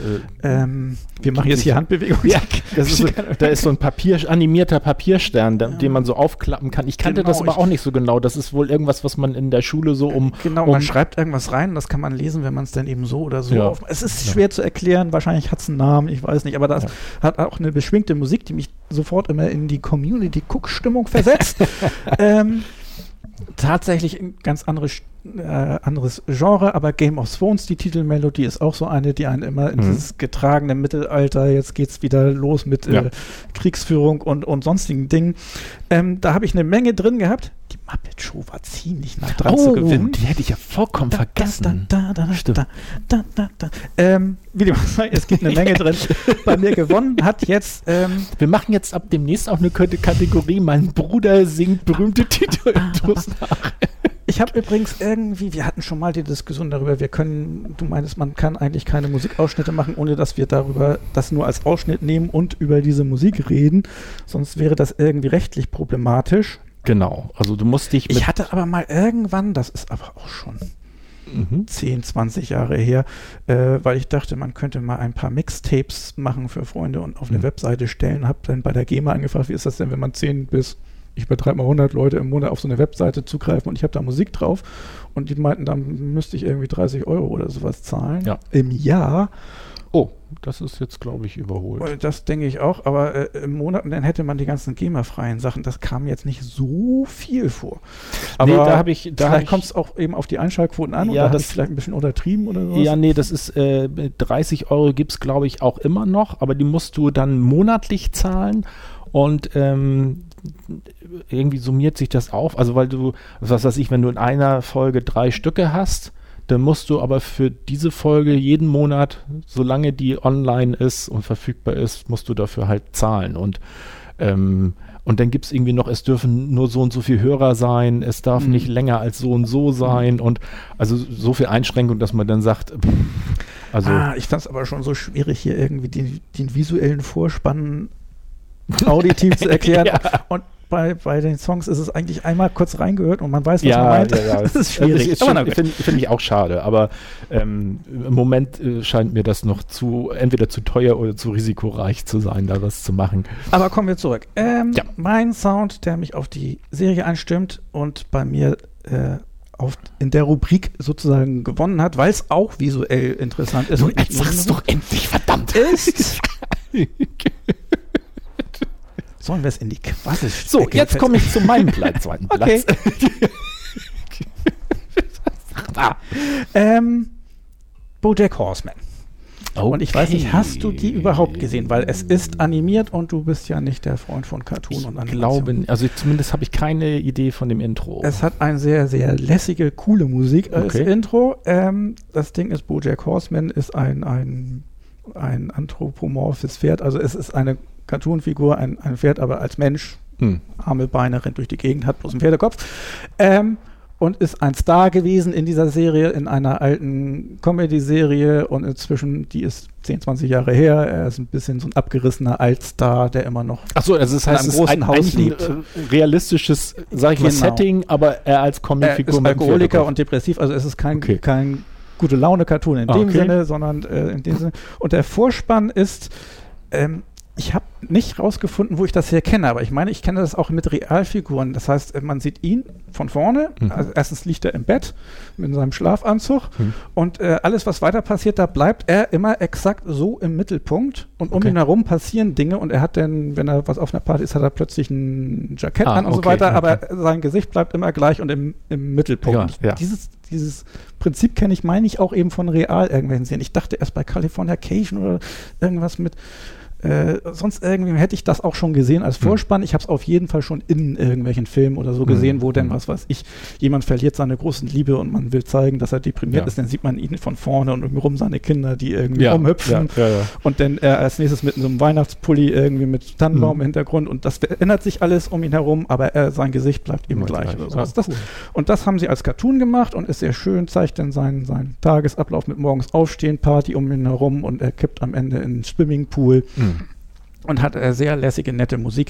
wir machen jetzt hier Handbewegungen. Ja, da ist so ein animierter Papierstern, den man so aufklappen kann. Ich kannte das aber auch nicht so genau. Das ist wohl irgendwas, was man in der Schule so man schreibt irgendwas rein, das kann man lesen, wenn man es dann eben so oder so aufmacht. Es ist schwer zu erklären, wahrscheinlich hat es einen Namen, ich weiß nicht, aber das hat auch eine beschwingte Musik, die mich sofort immer in die Community-Cook-Stimmung versetzt. Tatsächlich ein ganz anderes Genre, aber Game of Thrones, die Titelmelodie ist auch so eine, die einen immer in dieses getragene Mittelalter, jetzt geht's wieder los mit Kriegsführung und sonstigen Dingen. Da habe ich eine Menge drin gehabt. Die Muppet Show war ziemlich nah dran zu gewinnen. Die hätte ich ja vollkommen vergessen. Wie dem sei, es gibt eine Menge drin. Bei mir gewonnen hat jetzt... wir machen jetzt ab demnächst auch eine Kategorie, mein Bruder singt berühmte Titel. Ich habe übrigens wir hatten schon mal die Diskussion darüber, du meinst, man kann eigentlich keine Musikausschnitte machen, ohne dass wir darüber das nur als Ausschnitt nehmen und über diese Musik reden. Sonst wäre das irgendwie rechtlich problematisch. Genau, also du musst dich Ich hatte aber mal irgendwann, das ist aber auch schon 10, 20 Jahre her, weil ich dachte, man könnte mal ein paar Mixtapes machen für Freunde und auf eine Webseite stellen. Habe dann bei der GEMA angefragt, wie ist das denn, wenn man 10 bis, ich übertreibe mal 100 Leute im Monat auf so eine Webseite zugreifen und ich habe da Musik drauf und die meinten, dann müsste ich irgendwie 30 € oder sowas zahlen im Jahr. Oh, das ist jetzt, glaube ich, überholt. Das denke ich auch, aber im Monat, dann hätte man die ganzen GEMA-freien Sachen, das kam jetzt nicht so viel vor. Aber vielleicht kommt es auch eben auf die Einschaltquoten an, oder habe ich vielleicht ein bisschen untertrieben oder sowas? Ja, nee, das ist 30 € gibt es, glaube ich, auch immer noch, aber die musst du dann monatlich zahlen und irgendwie summiert sich das auf, also weil du, was weiß ich, wenn du in einer Folge 3 Stücke hast, dann musst du aber für diese Folge jeden Monat, solange die online ist und verfügbar ist, musst du dafür halt zahlen. Und dann gibt es irgendwie noch, es dürfen nur so und so viele Hörer sein, es darf nicht länger als so und so sein und also so viel Einschränkung, dass man dann sagt, ich fand es aber schon so schwierig, hier irgendwie den visuellen Vorspann auditiv zu erklären. Und bei den Songs ist es eigentlich einmal kurz reingehört und man weiß, was man meint. Ja. Das ist schwierig. Finde ich auch schade, aber im Moment scheint mir das noch entweder zu teuer oder zu risikoreich zu sein, da was zu machen. Aber kommen wir zurück. Mein Sound, der mich auf die Serie einstimmt und bei mir in der Rubrik sozusagen gewonnen hat, weil es auch visuell interessant ist. Nun, jetzt sag's doch endlich, verdammt! Ist... Sollen wir es in die Quasse stecken? So, jetzt komme ich zu meinem zweiten Platz. BoJack Horseman. Okay. Und ich weiß nicht, hast du die überhaupt gesehen? Weil es ist animiert und du bist ja nicht der Freund von Cartoon und Animation. Ich glaube, zumindest habe ich keine Idee von dem Intro. Es hat eine sehr, sehr lässige, coole Musik als Intro. Das Ding ist, BoJack Horseman ist ein anthropomorphes Pferd. Also es ist eine Cartoon-Figur, ein Pferd, aber als Mensch, Arme, Beine, rennt durch die Gegend, hat bloß einen Pferdekopf. Und ist ein Star gewesen in dieser Serie, in einer alten Comedy-Serie und inzwischen, die ist 10, 20 Jahre her, er ist ein bisschen so ein abgerissener Altstar, der immer noch also das heißt, es ist ein realistisches, sag ich mal, Setting, aber er als Comicfigur ist Alkoholiker und depressiv, also es ist kein gute Laune-Cartoon in dem Sinne, sondern in dem Sinne. Und der Vorspann ist, ich habe nicht rausgefunden, wo ich das hier kenne, aber ich meine, ich kenne das auch mit Realfiguren. Das heißt, man sieht ihn von vorne. Also erstens liegt er im Bett mit seinem Schlafanzug und alles, was weiter passiert, da bleibt er immer exakt so im Mittelpunkt und um ihn herum passieren Dinge und er hat dann, wenn er was auf einer Party ist, hat er plötzlich ein Jackett an und so weiter, aber sein Gesicht bleibt immer gleich und im Mittelpunkt. Ja. Dieses Prinzip kenne ich, meine ich, auch eben von real irgendwelchen Serien. Ich dachte erst bei Californication oder irgendwas mit sonst irgendwie hätte ich das auch schon gesehen als Vorspann. Ich habe es auf jeden Fall schon in irgendwelchen Filmen oder so gesehen, wo denn, was weiß ich, jemand verliert seine großen Liebe und man will zeigen, dass er deprimiert ist. Dann sieht man ihn von vorne und rum seine Kinder, die irgendwie rumhüpfen. Und dann als nächstes mit so einem Weihnachtspulli irgendwie mit Tannenbaum im Hintergrund und das ändert sich alles um ihn herum, aber sein Gesicht bleibt eben gleich. Oder so. Und das haben sie als Cartoon gemacht und ist sehr schön, zeigt dann seinen Tagesablauf mit morgens aufstehen, Party um ihn herum und er kippt am Ende in den Swimmingpool. Und hat sehr lässige, nette Musik.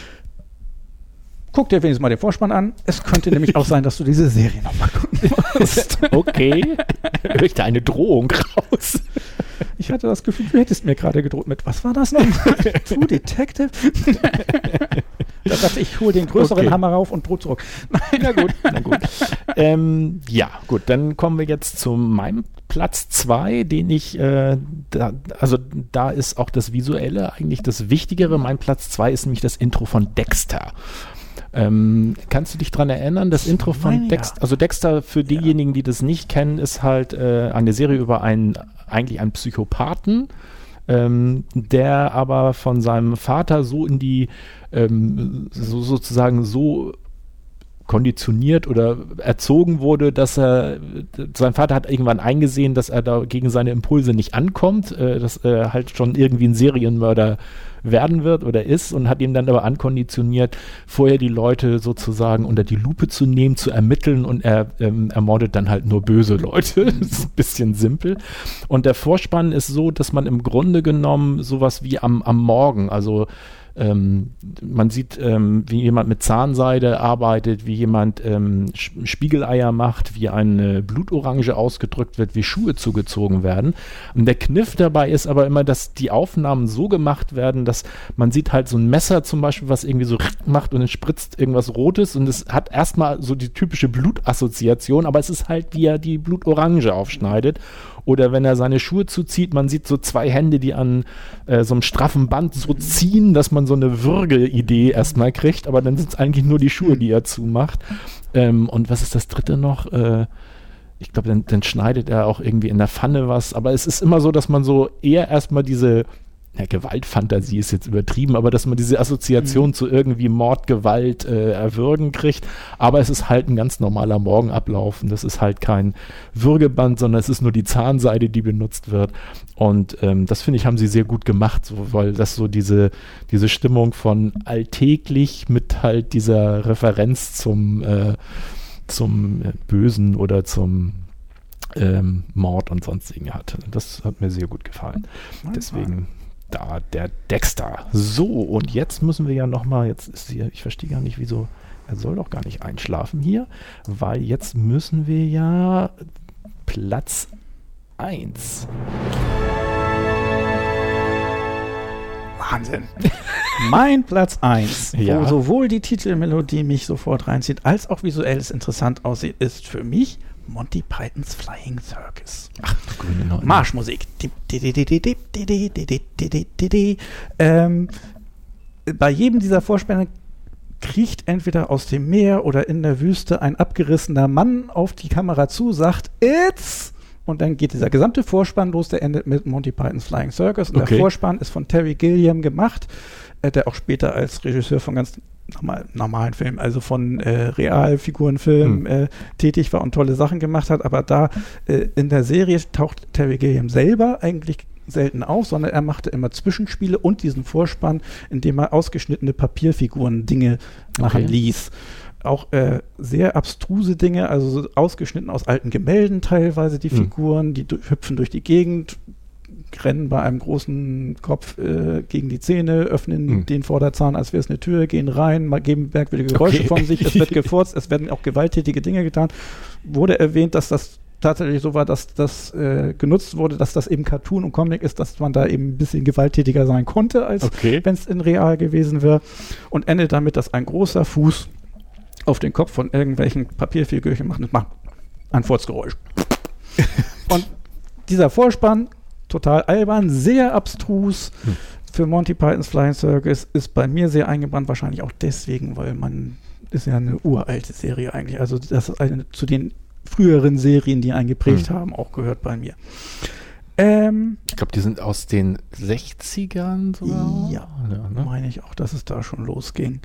Guck dir wenigstens mal den Vorspann an. Es könnte nämlich auch sein, dass du diese Serie nochmal gucken musst. Okay. Hör ich da eine Drohung raus? Ich hatte das Gefühl, du hättest mir gerade gedroht mit, was war das noch? True Detective? Da dachte ich, hole den größeren Hammer rauf und drohe zurück. Na gut. Ja, gut, dann kommen wir jetzt zu meinem Platz 2, den ich, da ist auch das Visuelle eigentlich das Wichtigere. Mein Platz 2 ist nämlich das Intro von Dexter. Kannst du dich daran erinnern, das Intro von Dexter, also Dexter, für diejenigen, die das nicht kennen, ist halt eine Serie über eigentlich einen Psychopathen, der aber von seinem Vater so in die, sozusagen so konditioniert oder erzogen wurde, dass sein Vater hat irgendwann eingesehen, dass er da gegen seine Impulse nicht ankommt, dass er halt schon irgendwie ein Serienmörder werden wird oder ist und hat ihm dann aber ankonditioniert, vorher die Leute sozusagen unter die Lupe zu nehmen, zu ermitteln und er ermordet dann halt nur böse Leute. Das ist ein bisschen simpel. Und der Vorspann ist so, dass man im Grunde genommen sowas wie am Morgen, also Man sieht, wie jemand mit Zahnseide arbeitet, wie jemand Spiegeleier macht, wie eine Blutorange ausgedrückt wird, wie Schuhe zugezogen werden. Und der Kniff dabei ist aber immer, dass die Aufnahmen so gemacht werden, dass man sieht halt so ein Messer zum Beispiel, was irgendwie so macht und es spritzt irgendwas Rotes und es hat erstmal so die typische Blutassoziation, aber es ist halt, wie er die Blutorange aufschneidet. Oder wenn er seine Schuhe zuzieht, man sieht so 2 Hände, die an so einem straffen Band so ziehen, dass man so eine Würgeidee erstmal kriegt, aber dann sind es eigentlich nur die Schuhe, die er zumacht. Und was ist das dritte noch? Ich glaube, dann schneidet er auch irgendwie in der Pfanne was, aber es ist immer so, dass man so eher erstmal diese Gewaltfantasie ist jetzt übertrieben, aber dass man diese Assoziation zu irgendwie Mord, Gewalt, Erwürgen kriegt, aber es ist halt ein ganz normaler Morgenablauf und das ist halt kein Würgeband, sondern es ist nur die Zahnseide, die benutzt wird und das finde ich, haben sie sehr gut gemacht, so, weil das so diese Stimmung von alltäglich mit halt dieser Referenz zum Bösen oder zum Mord und sonstigen hat. Das hat mir sehr gut gefallen. Deswegen da der Dexter. So, und jetzt müssen wir ja nochmal, jetzt ist hier, ich verstehe gar nicht, wieso, er soll doch gar nicht einschlafen hier, weil jetzt müssen wir ja Platz 1. Wahnsinn. Mein Platz 1, ja, wo sowohl die Titelmelodie mich sofort reinzieht, als auch visuell es interessant aussieht, ist für mich Monty Pythons Flying Circus. Ach, du grüne Neune. Marschmusik. Bei jedem dieser Vorspänne kriecht entweder aus dem Meer oder in der Wüste ein abgerissener Mann auf die Kamera zu, sagt It's! Und dann geht dieser gesamte Vorspann los, der endet mit Monty Pythons Flying Circus. Und der Vorspann ist von Terry Gilliam gemacht, der auch später als Regisseur von ganz normalen Filmen, also von Realfigurenfilmen tätig war und tolle Sachen gemacht hat. Aber da in der Serie taucht Terry Gilliam selber eigentlich selten auf, sondern er machte immer Zwischenspiele und diesen Vorspann, indem er ausgeschnittene Papierfiguren Dinge machen ließ. Auch sehr abstruse Dinge, also so ausgeschnitten aus alten Gemälden teilweise die Figuren, die hüpfen durch die Gegend, rennen bei einem großen Kopf gegen die Zähne, öffnen den Vorderzahn, als wäre es eine Tür, gehen rein, geben merkwürdige Geräusche von sich, es wird gefurzt, es werden auch gewalttätige Dinge getan. Wurde erwähnt, dass das tatsächlich so war, dass das genutzt wurde, dass das eben Cartoon und Comic ist, dass man da eben ein bisschen gewalttätiger sein konnte, als wenn es in real gewesen wäre. Und endet damit, dass ein großer Fuß auf den Kopf von irgendwelchen Papierfigürchen macht. Das macht ein Furzgeräusch. Und dieser Vorspann, total albern, sehr abstrus für Monty Pythons Flying Circus, ist bei mir sehr eingebrannt, wahrscheinlich auch deswegen, weil ist ja eine uralte Serie eigentlich, also das ist eine zu den früheren Serien, die einen geprägt haben, auch gehört bei mir. Ich glaube, die sind aus den 60ern sogar. Ja, ne? Meine ich auch, dass es da schon losging.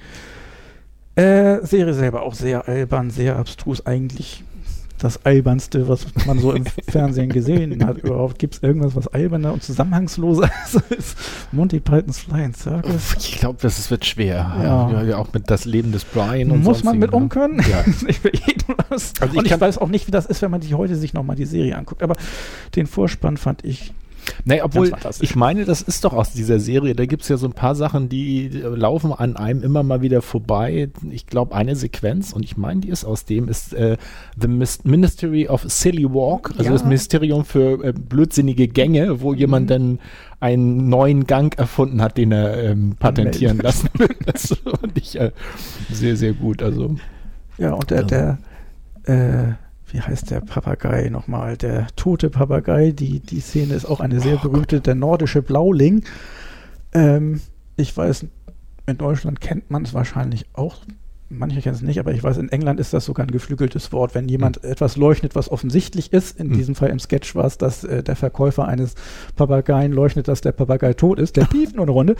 Serie selber auch sehr albern, sehr abstrus, eigentlich das Albernste, was man so im Fernsehen gesehen hat. Überhaupt gibt es irgendwas, was alberner und zusammenhangsloser ist? Monty Pythons Flying Circus. Ich glaube, das wird schwer. Ja, auch mit das Leben des Brian und muss man mit umkönnen? Ja. Nicht für jeden was. Also ich weiß auch nicht, wie das ist, wenn man sich nochmal die Serie anguckt. Aber den Vorspann fand ich Nee, obwohl, ich meine, das ist doch aus dieser Serie, da gibt es ja so ein paar Sachen, die laufen an einem immer mal wieder vorbei. Ich glaube, eine Sequenz, und ich meine, die ist aus dem, ist The Ministry of Silly Walk, also das Ministerium für blödsinnige Gänge, wo jemand dann einen neuen Gang erfunden hat, den er patentieren lassen will. Das fand ich sehr, sehr gut. Also, ja, und wie heißt der Papagei nochmal? Der tote Papagei, die Szene ist auch eine sehr berühmte, der nordische Blauling. Ich weiß, in Deutschland kennt man es wahrscheinlich auch, manche kennen es nicht, aber ich weiß, in England ist das sogar ein geflügeltes Wort. Wenn jemand etwas leuchtet, was offensichtlich ist, in diesem Fall im Sketch war es, dass der Verkäufer eines Papageien leuchtet, dass der Papagei tot ist, der pieft nur eine Runde.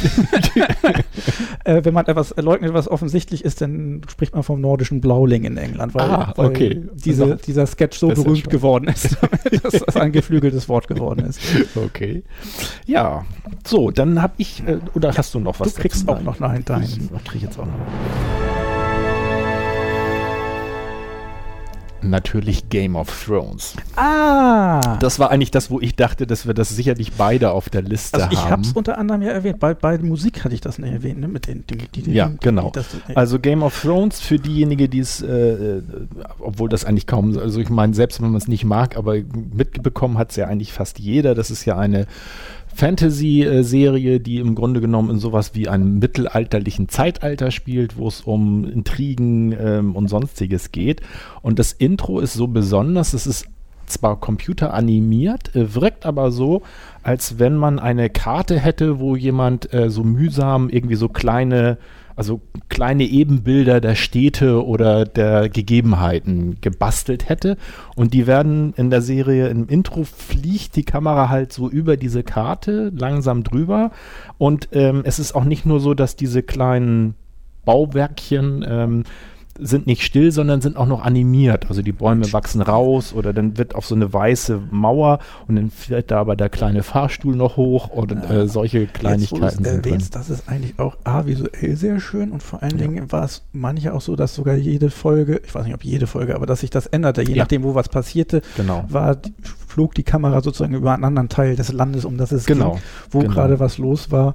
Wenn man etwas leugnet, was offensichtlich ist, dann spricht man vom nordischen Blauling in England, weil dieser Sketch so berühmt geworden ist, dass das ein geflügeltes Wort geworden ist. Okay. Ja, so, dann habe ich, oder hast du noch was? Du kriegst auch noch deinen. Ich kriege jetzt auch noch. natürlich Game of Thrones. Ah! Das war eigentlich das, wo ich dachte, dass wir das sicherlich beide auf der Liste haben. Ich habe es unter anderem ja erwähnt, bei Musik hatte ich das nicht erwähnt, ne? Mit den ja, genau. Also Game of Thrones für diejenigen, die es, obwohl das eigentlich kaum, also ich meine, selbst wenn man es nicht mag, aber mitbekommen hat es ja eigentlich fast jeder. Das ist ja eine Fantasy-Serie, die im Grunde genommen in sowas wie einem mittelalterlichen Zeitalter spielt, wo es um Intrigen und Sonstiges geht. Und das Intro ist so besonders, es ist zwar computeranimiert, wirkt aber so, als wenn man eine Karte hätte, wo jemand so mühsam irgendwie so kleine Ebenbilder der Städte oder der Gegebenheiten gebastelt hätte. Und die werden in der Serie, im Intro fliegt die Kamera halt so über diese Karte langsam drüber. Und es ist auch nicht nur so, dass diese kleinen Bauwerkchen sind nicht still, sondern sind auch noch animiert. Also die Bäume wachsen raus oder dann wird auf so eine weiße Mauer und dann fährt da aber der kleine Fahrstuhl noch hoch und solche Kleinigkeiten. Jetzt, wo du erwähnst, das ist eigentlich auch visuell sehr schön und vor allen Dingen war es manche auch so, dass sogar jede Folge, ich weiß nicht, ob jede Folge, aber dass sich das änderte, je nachdem, wo was passierte, flog die Kamera sozusagen über einen anderen Teil des Landes, um das es ging, wo gerade was los war.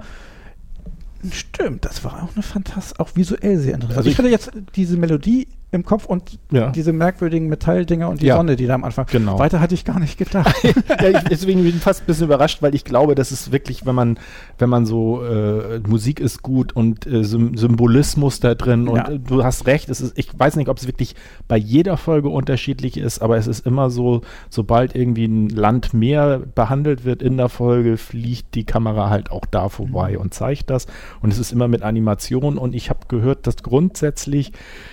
Stimmt, das war auch eine fantastische, auch visuell sehr interessant. Also ich hatte jetzt diese Melodie im Kopf und diese merkwürdigen Metalldinger und die Sonne, die da am Anfang. Genau. Weiter hatte ich gar nicht gedacht. Deswegen bin ich fast ein bisschen überrascht, weil ich glaube, das ist wirklich, wenn man so Musik ist gut und Symbolismus da drin und du hast recht, ich weiß nicht, ob es wirklich bei jeder Folge unterschiedlich ist, aber es ist immer so, sobald irgendwie ein Land mehr behandelt wird in der Folge, fliegt die Kamera halt auch da vorbei und zeigt das und es ist immer mit Animation und ich habe gehört, dass grundsätzlich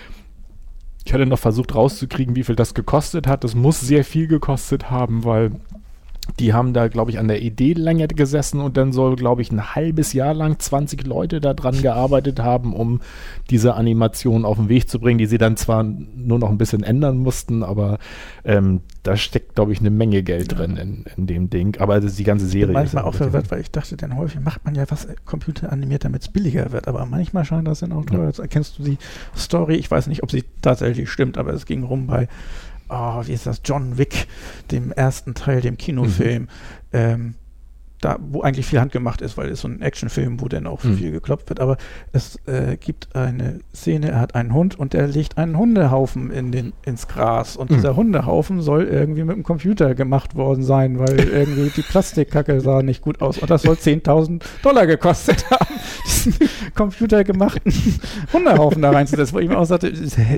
ich hatte noch versucht rauszukriegen, wie viel das gekostet hat. Das muss sehr viel gekostet haben, weil die haben da, glaube ich, an der Idee länger gesessen und dann soll, glaube ich, ein halbes Jahr lang 20 Leute da dran gearbeitet haben, um diese Animation auf den Weg zu bringen, die sie dann zwar nur noch ein bisschen ändern mussten, aber da steckt, glaube ich, eine Menge Geld drin in dem Ding. Aber das ist die ganze Serie. Manchmal auch verwirrt, weil ich dachte, dann häufig macht man ja was computeranimiert, damit es billiger wird. Aber manchmal scheint das dann auch teuer. Jetzt erkennst du die Story, ich weiß nicht, ob sie tatsächlich stimmt, aber es ging rum bei wie ist das, John Wick, dem ersten Teil, dem Kinofilm, da, wo eigentlich viel handgemacht ist, weil es so ein Actionfilm, wo dann auch viel geklopft wird, aber es gibt eine Szene, er hat einen Hund und er legt einen Hundehaufen ins Gras und dieser Hundehaufen soll irgendwie mit dem Computer gemacht worden sein, weil irgendwie die Plastikkacke sah nicht gut aus und das soll $10.000 gekostet haben, diesen computergemachten Hundehaufen da reinzusetzen, wo ich mir auch sagte,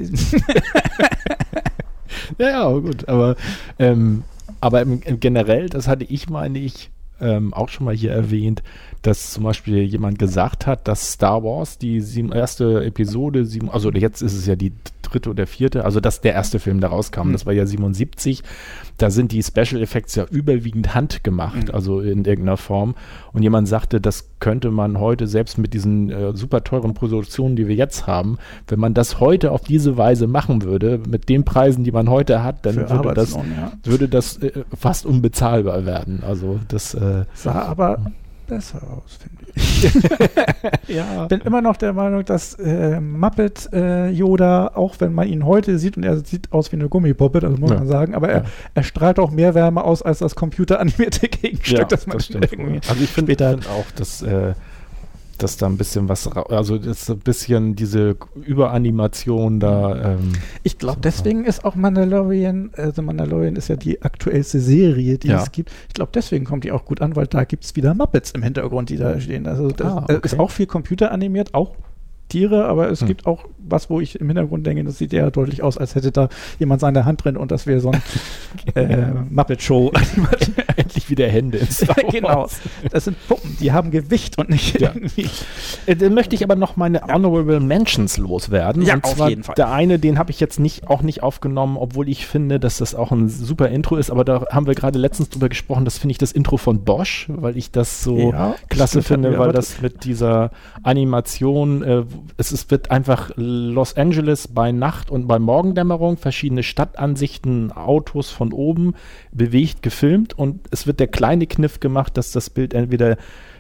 ja, gut, aber generell, das hatte ich, meine ich, auch schon mal hier erwähnt, dass zum Beispiel jemand gesagt hat, dass Star Wars, die erste Episode, also jetzt ist es ja die dritte oder vierte, also dass der erste Film da rauskam, das war ja 77, da sind die Special Effects ja überwiegend handgemacht, also in irgendeiner Form. Und jemand sagte, das könnte man heute, selbst mit diesen super teuren Produktionen, die wir jetzt haben, wenn man das heute auf diese Weise machen würde, mit den Preisen, die man heute hat, dann würde das fast unbezahlbar werden. Also das sah aber besser aus, finde ich. Ja. Bin immer noch der Meinung, dass Muppet Yoda, auch wenn man ihn heute sieht, und er sieht aus wie eine Gummipuppe, das muss man sagen, aber er strahlt auch mehr Wärme aus als das computeranimierte Gegenstück, das man irgendwie also ich finde auch, dass da ein bisschen was, also das ist ein bisschen diese Überanimation da. Ich glaube, deswegen ist auch Mandalorian, also Mandalorian ist ja die aktuellste Serie, die es gibt. Ich glaube, deswegen kommt die auch gut an, weil da gibt es wieder Muppets im Hintergrund, die da stehen. Also das ist auch viel computeranimiert, auch Tiere, aber es gibt auch was, wo ich im Hintergrund denke, das sieht eher deutlich aus, als hätte da jemand seine Hand drin und das wäre so ein Muppet-Show. Endlich wieder Hände. Genau, das sind Puppen, die haben Gewicht und nicht irgendwie. Dann möchte ich aber noch meine Honorable Mentions loswerden. Ja, und auf zwar jeden Fall. Der eine, den habe ich jetzt auch nicht aufgenommen, obwohl ich finde, dass das auch ein super Intro ist, aber da haben wir gerade letztens drüber gesprochen, das finde ich das Intro von Bosch, weil ich das so klasse finde, weil das mit dieser Animation, es wird einfach Los Angeles bei Nacht und bei Morgendämmerung, verschiedene Stadtansichten, Autos von oben bewegt, gefilmt und es wird der kleine Kniff gemacht, dass das Bild entweder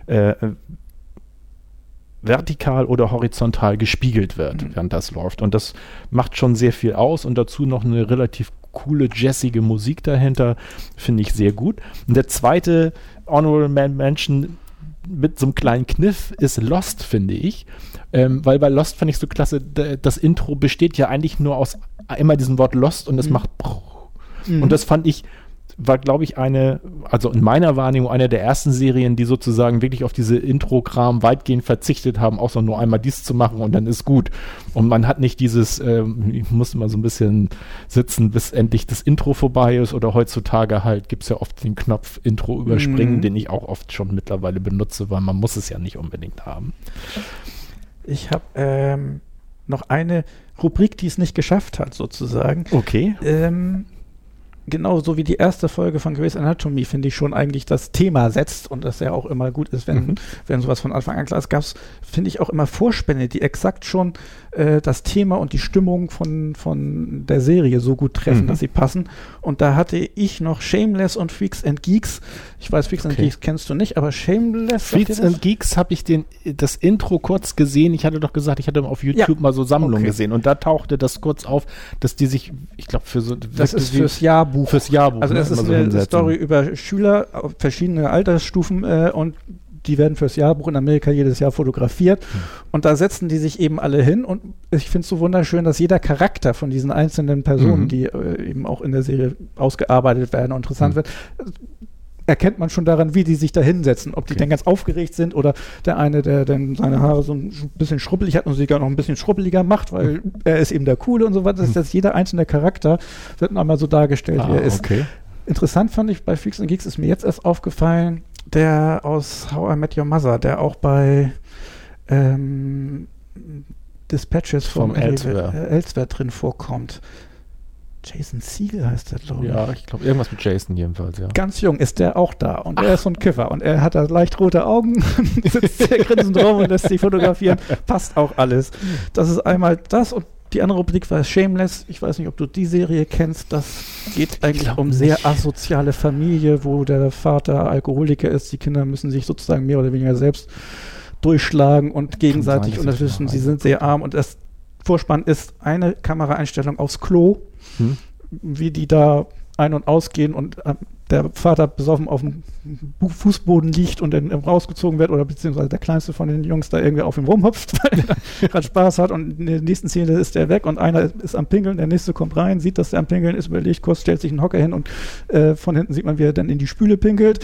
vertikal oder horizontal gespiegelt wird, während das läuft. Und das macht schon sehr viel aus und dazu noch eine relativ coole, jazzige Musik dahinter, finde ich sehr gut. Und der zweite Honorable Mention mit so einem kleinen Kniff ist Lost, finde ich. Weil bei Lost fand ich so klasse, das Intro besteht ja eigentlich nur aus immer diesem Wort Lost und es macht und das fand ich, war glaube ich also in meiner Wahrnehmung eine der ersten Serien, die sozusagen wirklich auf diese Intro-Kram weitgehend verzichtet haben, außer nur einmal dies zu machen und dann ist gut. Und man hat nicht dieses, ich musste mal so ein bisschen sitzen, bis endlich das Intro vorbei ist, oder heutzutage halt gibt es ja oft den Knopf Intro überspringen, den ich auch oft schon mittlerweile benutze, weil man muss es ja nicht unbedingt haben. Ich habe noch eine Rubrik, die es nicht geschafft hat, sozusagen. Okay. Genauso wie die erste Folge von Grey's Anatomy, finde ich schon eigentlich das Thema setzt und das ja auch immer gut ist, wenn sowas von Anfang an klar ist. Gab es, finde ich, auch immer Vorspänne, die exakt schon das Thema und die Stimmung von der Serie so gut treffen, dass sie passen. Und da hatte ich noch Shameless und Freaks and Geeks. Ich weiß, Freaks and Geeks kennst du nicht, aber Shameless. Freaks and Geeks habe ich das Intro kurz gesehen. Ich hatte doch gesagt, ich hatte auf YouTube mal so Sammlungen gesehen und da tauchte das kurz auf, dass die sich, ich glaube, das ist fürs Jahrbuch. Fürs Jahrbuch. Also das ist eine Story über Schüler auf verschiedene Altersstufen und die werden fürs Jahrbuch in Amerika jedes Jahr fotografiert und da setzen die sich eben alle hin und ich finde es so wunderschön, dass jeder Charakter von diesen einzelnen Personen, die eben auch in der Serie ausgearbeitet werden und interessant wird, erkennt man schon daran, wie die sich da hinsetzen. Ob die dann ganz aufgeregt sind oder der eine, der dann seine Haare so ein bisschen schrubbelig hat und sich gar noch ein bisschen schrubbeliger macht, weil er ist eben der Coole und so weiter. Das ist jeder einzelne Charakter wird einmal so dargestellt, wie er ist. Okay. Interessant fand ich bei Freaks and Geeks, ist mir jetzt erst aufgefallen, der aus How I Met Your Mother, der auch bei Dispatches vom Elsewhere drin vorkommt. Jason Segel heißt der, glaube ich. Ja, ich glaube, irgendwas mit Jason jedenfalls, ja. Ganz jung ist der auch da und er ist so ein Kiffer und er hat da leicht rote Augen, sitzt sehr grinsend rum und lässt sich fotografieren. Passt auch alles. Das ist einmal das und die andere Rubrik war Shameless. Ich weiß nicht, ob du die Serie kennst. Das geht eigentlich um sehr asoziale Familie, wo der Vater Alkoholiker ist. Die Kinder müssen sich sozusagen mehr oder weniger selbst durchschlagen und gegenseitig unterstützen. Sie sind sehr arm und das Vorspann ist eine Kameraeinstellung aufs Klo, wie die da ein- und ausgehen und der Vater besoffen auf dem Fußboden liegt und dann rausgezogen wird oder beziehungsweise der Kleinste von den Jungs da irgendwie auf ihm rumhüpft, weil er gerade Spaß hat und in der nächsten Szene ist der weg und einer ist am Pinkeln, der nächste kommt rein, sieht, dass der am Pinkeln ist, überlegt kurz, stellt sich einen Hocker hin und von hinten sieht man, wie er dann in die Spüle pinkelt.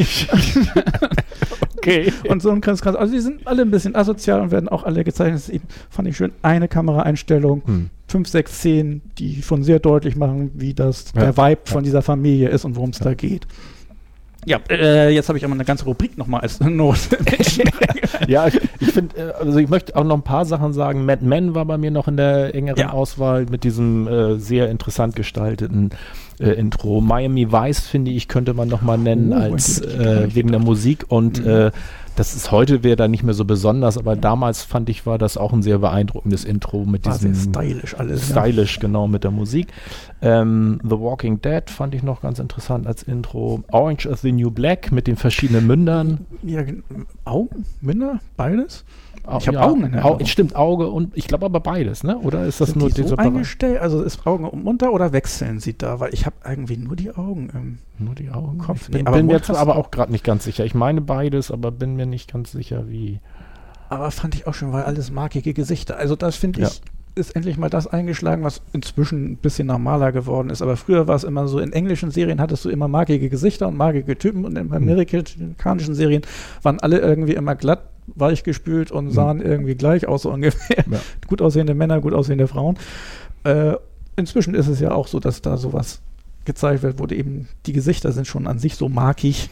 Okay. Und so ein krass. Also die sind alle ein bisschen asozial und werden auch alle gezeichnet. Das ist eben, fand ich schön, eine Kameraeinstellung, 5, 6 Szenen, die schon sehr deutlich machen, wie das der Vibe von dieser Familie ist und worum es da geht. Ja, jetzt habe ich aber eine ganze Rubrik nochmal als Note. Ja, ich finde, also ich möchte auch noch ein paar Sachen sagen. Mad Men war bei mir noch in der engeren Auswahl mit diesem sehr interessant gestalteten Intro. Miami Vice, finde ich, könnte man nochmal nennen als wegen der Musik und das ist heute wäre da nicht mehr so besonders, aber damals fand ich, war das auch ein sehr beeindruckendes Intro mit diesem stylisch alles. Stylisch, genau, mit der Musik. The Walking Dead fand ich noch ganz interessant als Intro. Orange is the New Black mit den verschiedenen Mündern. Ja, Augen, Münder, beides? Ich habe Augen in der Augen. Stimmt, Auge und ich glaube aber beides, ne? Oder ist das sind nur die dieser so eingestellt? Also ist Augen und Munter oder wechseln sie da? Weil ich habe irgendwie nur die Augen nur die Augen im Kopf. Ich bin mir jetzt aber auch gerade nicht ganz sicher. Ich meine beides, aber bin mir nicht ganz sicher, wie. Aber fand ich auch schon, weil alles markige Gesichter. Also das finde ich, ist endlich mal das eingeschlagen, was inzwischen ein bisschen normaler geworden ist. Aber früher war es immer so, in englischen Serien hattest du immer markige Gesichter und markige Typen und in amerikanischen Serien waren alle irgendwie immer glatt, weich gespült und sahen irgendwie gleich aus, so ungefähr. Ja. Gut aussehende Männer, gut aussehende Frauen. Inzwischen ist es ja auch so, dass da sowas gezeigt wird, wo eben die Gesichter sind schon an sich so markig,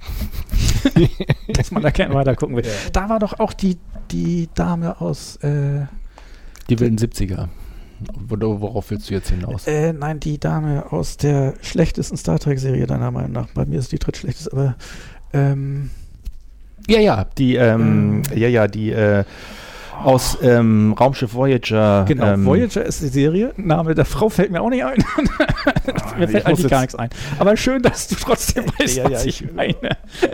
dass man da gerne weiter gucken will. Ja. Da war doch auch die Dame aus die wilden 70er. Worauf willst du jetzt hinaus? Nein, die Dame aus der schlechtesten Star Trek-Serie, deiner Meinung nach. Bei mir ist die drittschlechteste, aber die aus Raumschiff Voyager. Genau, Voyager ist die Serie. Name der Frau fällt mir auch nicht ein. Mir fällt eigentlich gar nichts ein. Aber schön, dass du trotzdem weißt, was ich meine.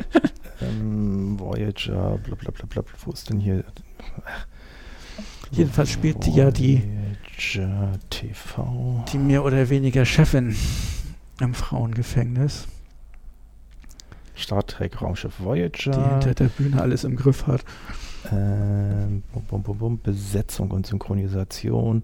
Voyager, blablabla, wo ist denn hier? Jedenfalls spielt die ja die TV. Die mehr oder weniger Chefin Im Frauengefängnis. Star Trek Raumschiff Voyager. Die hinter der Bühne alles im Griff hat. Besetzung und Synchronisation.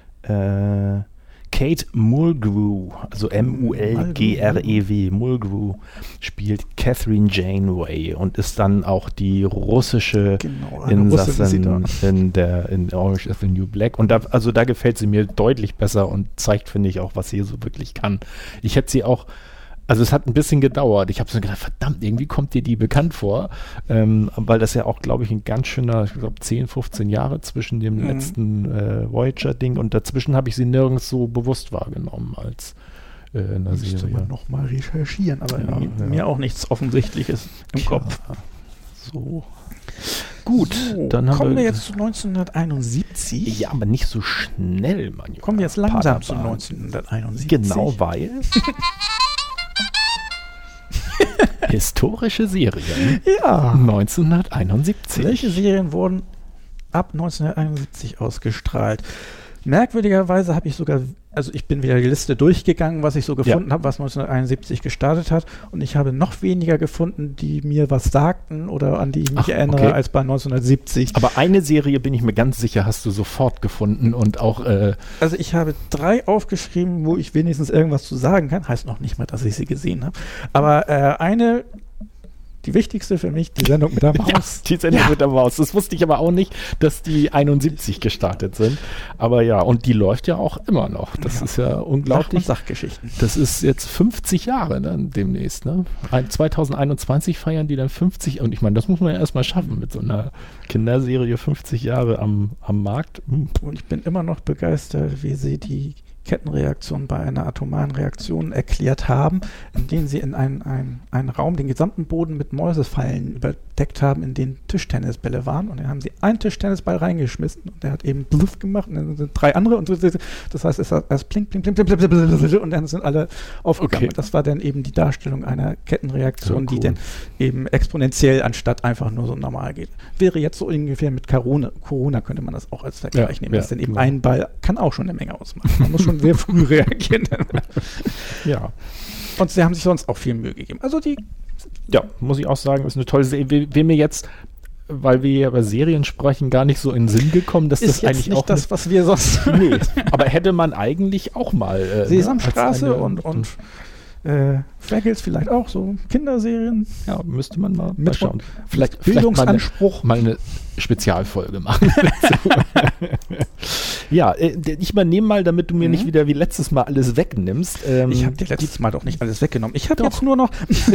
Kate Mulgrew, also M-U-L-G-R-E-W, Mulgrew, spielt Catherine Janeway und ist dann auch die russische Insassin in Orange is the New Black. Und da gefällt sie mir deutlich besser und zeigt, finde ich, auch, was sie so wirklich kann. Ich hätte sie auch, also es hat ein bisschen gedauert. Ich habe so gedacht, verdammt, irgendwie kommt dir die bekannt vor, weil das ja auch, glaube ich, ein ganz schöner, ich glaube 10, 15 Jahre zwischen dem letzten Voyager-Ding und dazwischen habe ich sie nirgends so bewusst wahrgenommen als in der Serie. Müsste man nochmal recherchieren, aber mir auch nichts Offensichtliches im Kopf. So. Gut, dann kommen wir jetzt zu 1971. Ja, aber nicht so schnell, Mann. Kommen wir jetzt langsam zu 1971. Genau, weil... Historische Serien. Ja. 1971. Welche Serien wurden ab 1971 ausgestrahlt? Merkwürdigerweise habe ich sogar, also ich bin wieder die Liste durchgegangen, was ich so gefunden habe, was 1971 gestartet hat, und ich habe noch weniger gefunden, die mir was sagten oder an die ich mich erinnere, als bei 1970. Aber eine Serie, bin ich mir ganz sicher, hast du sofort gefunden und auch... Also ich habe 3 aufgeschrieben, wo ich wenigstens irgendwas zu sagen kann. Heißt noch nicht mal, dass ich sie gesehen habe. Aber eine... Die wichtigste für mich, die Sendung mit der Maus. Ja, die Sendung mit der Maus. Das wusste ich aber auch nicht, dass die 71 gestartet sind. Aber ja, und die läuft ja auch immer noch. Das ist ja unglaublich. Sachgeschichten. Das ist jetzt 50 Jahre dann demnächst. Ne? 2021 feiern die dann 50. Und ich meine, das muss man ja erstmal schaffen mit so einer Kinderserie 50 Jahre am Markt. Und ich bin immer noch begeistert, wie sie die Kettenreaktion bei einer atomaren Reaktion erklärt haben, indem sie in einen Raum den gesamten Boden mit Mäusefallen überdeckt haben, in denen Tischtennisbälle waren, und dann haben sie einen Tischtennisball reingeschmissen und der hat eben Bluff gemacht und dann sind 3 andere und das heißt, es hat erst plink, plink, plink, plink, plink, und dann sind alle aufgegangen. Okay. Das war dann eben die Darstellung einer Kettenreaktion, die dann eben exponentiell anstatt einfach nur so normal geht. Wäre jetzt so ungefähr mit Corona könnte man das auch als Vergleich nehmen, dass dann eben ein Ball kann auch schon eine Menge ausmachen. Man muss schon sehr früh reagieren. Ja. Und sie haben sich sonst auch viel Mühe gegeben. Also ja, muss ich auch sagen, ist eine tolle Serie. Wäre mir jetzt, weil wir ja über Serien sprechen, gar nicht so in den Sinn gekommen, dass ist das eigentlich nicht auch das, was wir sonst... Nee, aber hätte man eigentlich auch mal... Sesamstraße und Fraggles vielleicht auch, so Kinderserien. Ja, müsste man mal schauen. Vielleicht Bildungsanspruch. Mal eine Spezialfolge machen. Ja, ich nehme mal, damit du mir nicht wieder wie letztes Mal alles wegnimmst. Ich habe dir letztes Mal doch nicht alles weggenommen. Ich habe jetzt nur noch...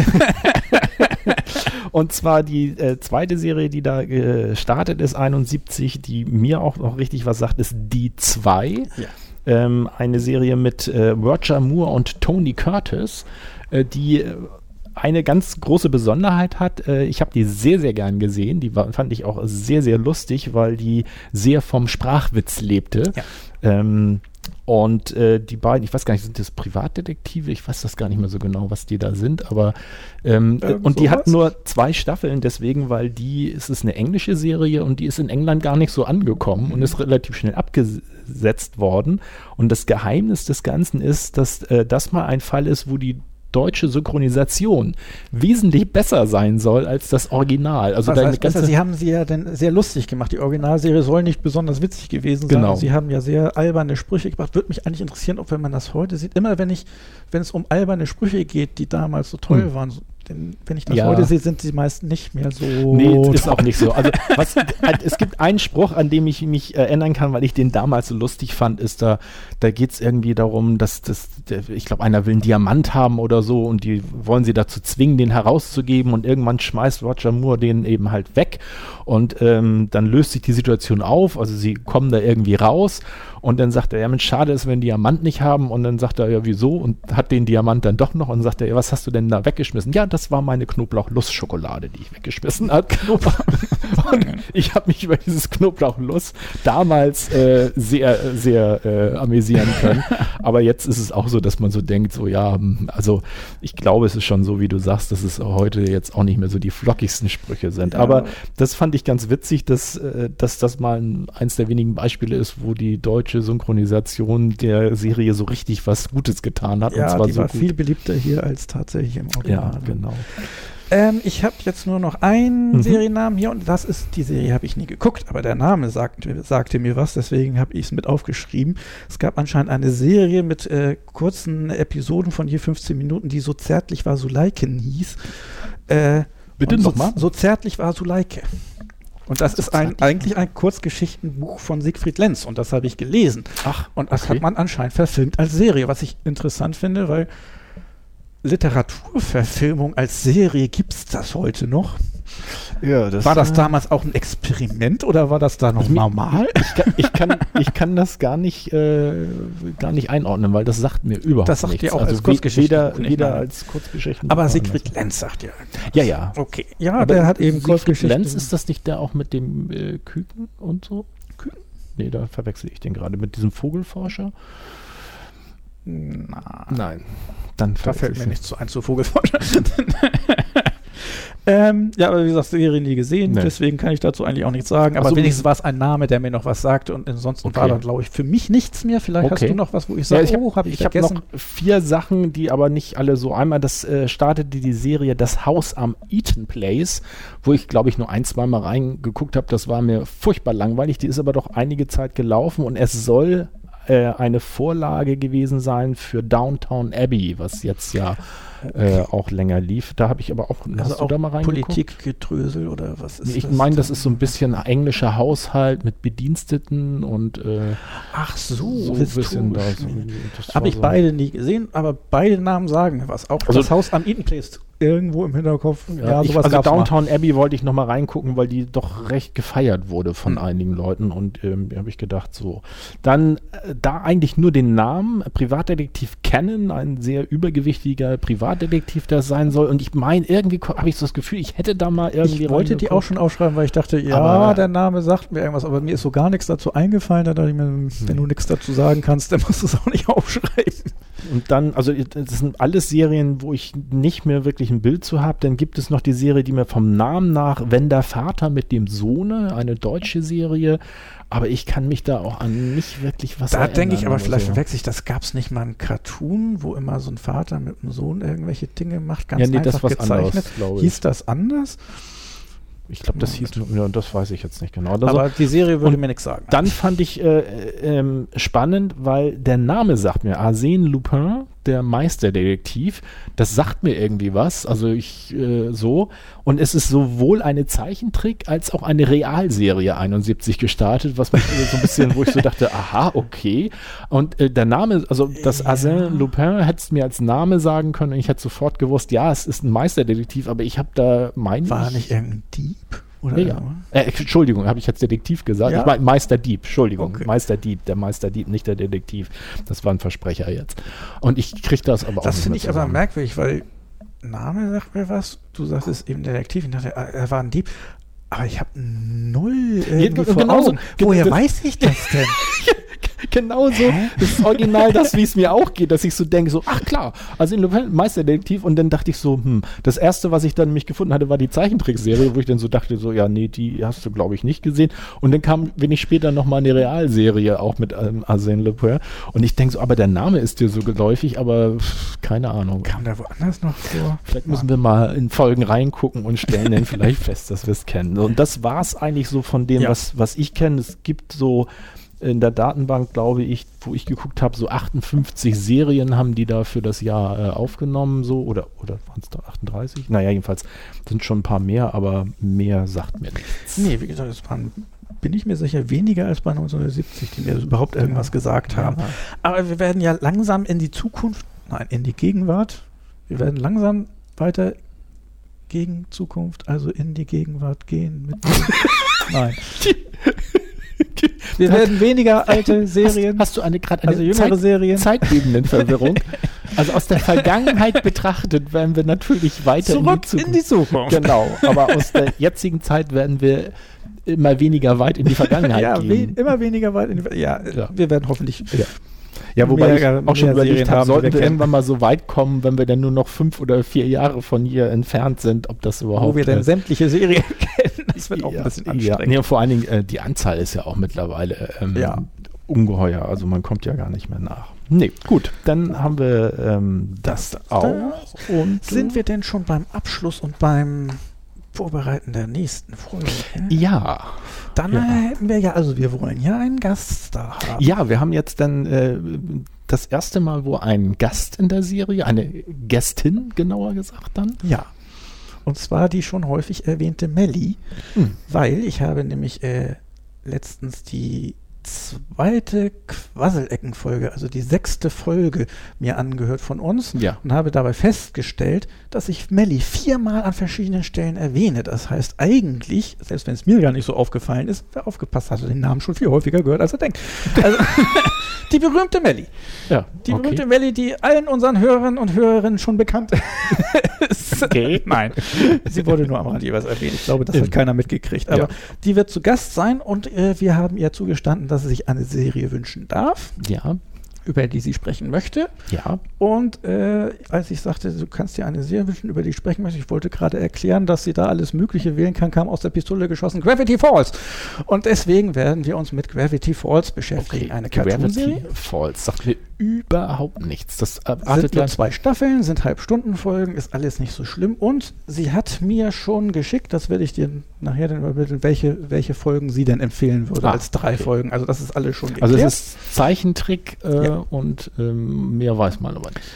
Und zwar die zweite Serie, die da gestartet ist, 71, die mir auch noch richtig was sagt, ist Die 2. Ja. Eine Serie mit Roger Moore und Tony Curtis, die eine ganz große Besonderheit hat. Ich habe die sehr, sehr gern gesehen. Die fand ich auch sehr, sehr lustig, weil die sehr vom Sprachwitz lebte. Ja. Und die beiden, ich weiß gar nicht, sind das Privatdetektive? Ich weiß das gar nicht mehr so genau, was die da sind, aber und die hat nur 2 Staffeln, deswegen, weil es ist eine englische Serie und die ist in England gar nicht so angekommen und ist relativ schnell abgesetzt worden. Und das Geheimnis des Ganzen ist, dass das mal ein Fall ist, wo die deutsche Synchronisation wesentlich besser sein soll als das Original. Also sie haben sie ja dann sehr lustig gemacht. Die Originalserie soll nicht besonders witzig gewesen sein. Genau. Sie haben ja sehr alberne Sprüche gebracht. Würde mich eigentlich interessieren, ob, wenn man das heute sieht, immer wenn es um alberne Sprüche geht, die damals so toll waren, denn wenn ich das heute sehe, sind sie meist nicht mehr so... Nee, ist auch nicht so. Also es gibt einen Spruch, an dem ich mich erinnern kann, weil ich den damals so lustig fand, ist da geht es irgendwie darum, dass ich glaube, einer will einen Diamant haben oder so und die wollen sie dazu zwingen, den herauszugeben, und irgendwann schmeißt Roger Moore den eben halt weg und dann löst sich die Situation auf, also sie kommen da irgendwie raus und dann sagt er, ja Mensch, schade ist, wenn wir einen Diamant nicht haben, und dann sagt er, ja wieso, und hat den Diamant dann doch noch und sagt er, ja, was hast du denn da weggeschmissen? Ja, das war meine Knoblauch-Nuss-Schokolade, die ich weggeschmissen habe. Und ich habe mich über dieses Knoblauch-Nuss damals sehr, sehr amüsieren können. Aber jetzt ist es auch so, dass man so denkt, so ja, also ich glaube, es ist schon so, wie du sagst, dass es heute jetzt auch nicht mehr so die flockigsten Sprüche sind. Ja. Aber das fand ich ganz witzig, dass das mal eins der wenigen Beispiele ist, wo die deutsche deutsche Synchronisation der Serie so richtig was Gutes getan hat. Ja, und zwar die so war gut. viel beliebter hier als tatsächlich im Original. Ja, genau. Ich habe jetzt nur noch einen Seriennamen hier und das ist, die Serie habe ich nie geguckt, aber der Name sagte mir was, deswegen habe ich es mit aufgeschrieben. Es gab anscheinend eine Serie mit kurzen Episoden von je 15 Minuten, die So zärtlich war Suleike hieß. Bitte nochmal? So zärtlich war Suleike. Und das ist eigentlich ein Kurzgeschichtenbuch von Siegfried Lenz und das habe ich gelesen. Ach, und das hat man anscheinend verfilmt als Serie, was ich interessant finde, weil Literaturverfilmung als Serie, gibt es das heute noch? Ja, war das damals auch ein Experiment oder war das da noch normal? Ich kann das gar nicht einordnen, weil das sagt mir überhaupt nichts. Das sagt dir auch als Kurzgeschichte. Weder als Kurzgeschichten. Aber Siegfried Lenz sagt ja. Ja. Okay. Ja, aber der hat eben Kurzgeschichten. Lenz, ist das nicht der auch mit dem Küken und so? Küken? Nee, da verwechsel ich den gerade mit diesem Vogelforscher. Nein. Dann da fällt mir nichts ein zu Vogelforscher. Ja, aber wie gesagt, Serie nie gesehen, deswegen kann ich dazu eigentlich auch nichts sagen. Aber wenigstens war es ein Name, der mir noch was sagte und ansonsten war da, glaube ich, für mich nichts mehr. Vielleicht hast du noch was, wo ich sage, habe ich vergessen. Ich habe noch 4 Sachen, die aber nicht alle so. Einmal, das startete die Serie Das Haus am Eaton Place, wo ich, glaube ich, nur 1-2 Mal reingeguckt habe. Das war mir furchtbar langweilig. Die ist aber doch einige Zeit gelaufen und es soll eine Vorlage gewesen sein für Downton Abbey, was jetzt ja auch länger lief. Da habe ich aber auch, hast du da mal reingeguckt? Politikgetrösel oder was ist das? Ich meine, das ist so ein bisschen englischer Haushalt mit Bediensteten und ach so ein bisschen da. Habe ich beide nie gesehen, aber beide Namen sagen mir was. Auch das Haus am Eaton Place irgendwo im Hinterkopf. Ja, sowas Downton Abbey wollte ich noch mal reingucken, weil die doch recht gefeiert wurde von einigen Leuten und da habe ich gedacht so. Dann da eigentlich nur den Namen, Privatdetektiv Cannon, ein sehr übergewichtiger Privatdetektiv, der sein soll und ich meine, irgendwie habe ich so das Gefühl, ich hätte da mal irgendwie Ich wollte die auch schon aufschreiben, weil ich dachte, ja, der Name sagt mir irgendwas, aber mir ist so gar nichts dazu eingefallen, da dachte ich mir, wenn du nichts dazu sagen kannst, dann musst du es auch nicht aufschreiben. Und dann, also das sind alles Serien, wo ich nicht mehr wirklich ein Bild zu habe. Dann gibt es noch die Serie, die mir vom Namen nach Wenn der Vater mit dem Sohne, eine deutsche Serie, aber ich kann mich da auch an nicht wirklich was erinnern. Da denke ich aber, vielleicht verwechsel ich, das gab es nicht mal einen Cartoon, wo immer so ein Vater mit einem Sohn irgendwelche Dinge macht, ganz einfach das was gezeichnet. Anderes, hieß das anders? Ich glaube, das hieß, das weiß ich jetzt nicht genau. Aber die Serie würde mir nichts sagen. Dann fand ich spannend, weil der Name sagt mir, Arsène Lupin, der Meisterdetektiv, das sagt mir irgendwie was, also so. Und es ist sowohl eine Zeichentrick als auch eine Realserie 71 gestartet, was mich so ein bisschen, wo ich so dachte, aha, okay. Und der Name, also das Arsène Lupin, hättest du mir als Name sagen können und ich hätte sofort gewusst, ja, es ist ein Meisterdetektiv, aber ich habe da War nicht irgendein Dieb? Oder ja. Entschuldigung, habe ich jetzt Detektiv gesagt? Ja? Ich meine Meisterdieb, Entschuldigung. Okay. Meisterdieb, der Meisterdieb, nicht der Detektiv. Das war ein Versprecher jetzt. Und ich kriege das aber auch Das nicht finde mehr ich aber zusammen. merkwürdig, weil Name sagt mir was. Du sagst es eben Detektiv. Ich dachte, er war ein Dieb. Aber ich habe null irgendwie vor Augen. Woher weiß ich das denn? Genau so ist original das, wie es mir auch geht, dass ich so denke, so, ach klar, also in Lupin, Meisterdetektiv und dann dachte ich so, das erste, was ich dann nämlich gefunden hatte, war die Zeichentrickserie, wo ich dann so dachte, so, ja, nee, die hast du, glaube ich, nicht gesehen und dann kam wenig später nochmal eine Realserie auch mit Arsène Lupin und ich denke so, aber der Name ist dir so geläufig, aber keine Ahnung. Kam da woanders noch vor? Vielleicht müssen wir mal in Folgen reingucken und stellen dann vielleicht fest, dass wir es kennen. Und das war es eigentlich so von dem, was ich kenne. Es gibt so in der Datenbank, glaube ich, wo ich geguckt habe, so 58 Serien haben die da für das Jahr aufgenommen, so, oder waren es da 38? Naja, jedenfalls sind schon ein paar mehr, aber mehr sagt mir nichts. Nee, wie gesagt, es waren, bin ich mir sicher, weniger als bei 1970, die mir überhaupt irgendwas gesagt haben. Ja. Aber wir werden ja langsam in die Zukunft, in die Gegenwart, wir werden langsam weiter gegen Zukunft, also in die Gegenwart gehen. Nein. Wir werden weniger alte Serien. Hast du gerade eine jüngere Serien? Zeitebenen-Verwirrung? Also aus der Vergangenheit betrachtet werden wir natürlich weiter in die Zukunft. Genau, aber aus der jetzigen Zeit werden wir immer weniger weit in die Vergangenheit gehen. Immer weniger weit in die Vergangenheit. Ja, wir werden hoffentlich... Ja, wobei ich auch schon überlegt habe, sollten wir irgendwann mal so weit kommen, wenn wir dann nur noch 5 oder 4 Jahre von hier entfernt sind, ob das überhaupt... Wo wir dann sämtliche Serien kennen, das wird auch ein bisschen anstrengend. Ja, vor allen Dingen, die Anzahl ist ja auch mittlerweile ungeheuer. Also man kommt ja gar nicht mehr nach. Nee, gut, dann haben wir das auch. Und sind wir denn schon beim Abschluss und beim Vorbereiten der nächsten Folge? Ja. Dann hätten wir wir wollen ja einen Gast da haben. Ja, wir haben jetzt dann das erste Mal, wo ein Gast in der Serie, eine Gästin genauer gesagt dann. Ja. Und zwar die schon häufig erwähnte Melli, weil ich habe nämlich letztens die zweite Quasselecken-Folge, also die 6. Folge mir angehört von uns und habe dabei festgestellt, dass ich Melli 4-mal an verschiedenen Stellen erwähne. Das heißt eigentlich, selbst wenn es mir gar nicht so aufgefallen ist, wer aufgepasst hat, den Namen schon viel häufiger gehört, als er denkt. Also die berühmte Melli. Ja, die berühmte Melli, die allen unseren Hörern und Hörerinnen schon bekannt ist. Okay. Nein, sie wurde nur am Rand jeweils erwähnt. Ich glaube, das hat keiner mitgekriegt. Aber die wird zu Gast sein und wir haben ihr zugestanden, dass sie sich eine Serie wünschen darf. Ja. Über die sie sprechen möchte. Ja. Und als ich sagte, du kannst dir eine Serie wünschen, über die ich sprechen möchte, ich wollte gerade erklären, dass sie da alles Mögliche wählen kann, kam aus der Pistole geschossen, Gravity Falls. Und deswegen werden wir uns mit Gravity Falls beschäftigen. Okay. Eine Cartoon-Serie. Gravity Falls sagt mir überhaupt nichts. Das sind nur 2 Staffeln, sind Halbstundenfolgen, ist alles nicht so schlimm. Und sie hat mir schon geschickt, das werde ich dir nachher dann übermitteln, welche Folgen sie denn empfehlen würde als 3 Folgen. Also das ist alles schon geklärt. Also es ist Zeichentrick und mehr weiß man aber nicht.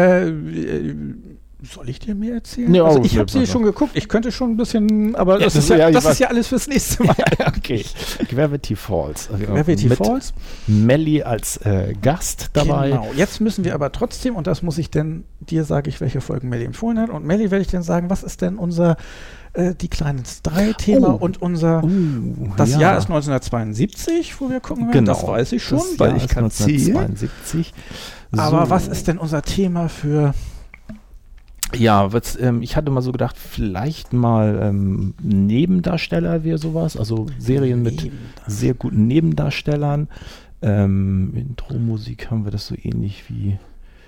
Soll ich dir mehr erzählen? Ja, also ich habe sie schon geguckt, ich könnte schon ein bisschen, aber das ist ja alles fürs nächste Mal. Okay. Gravity Falls. Gravity Falls. Melli als Gast dabei. Genau. Jetzt müssen wir aber trotzdem, und das muss ich denn, dir sage ich, welche Folgen Melli empfohlen hat. Und Melli werde ich dann sagen, was ist denn unser die kleinen 3-Thema und unser das Jahr ist 1972, wo wir gucken werden. Genau. Das weiß ich schon, weil ich kann 1972. Aber was ist denn unser Thema für... Ja, ich hatte mal so gedacht, vielleicht mal Nebendarsteller wäre sowas, also Serien mit sehr guten Nebendarstellern. Intro-Musik haben wir das so ähnlich wie...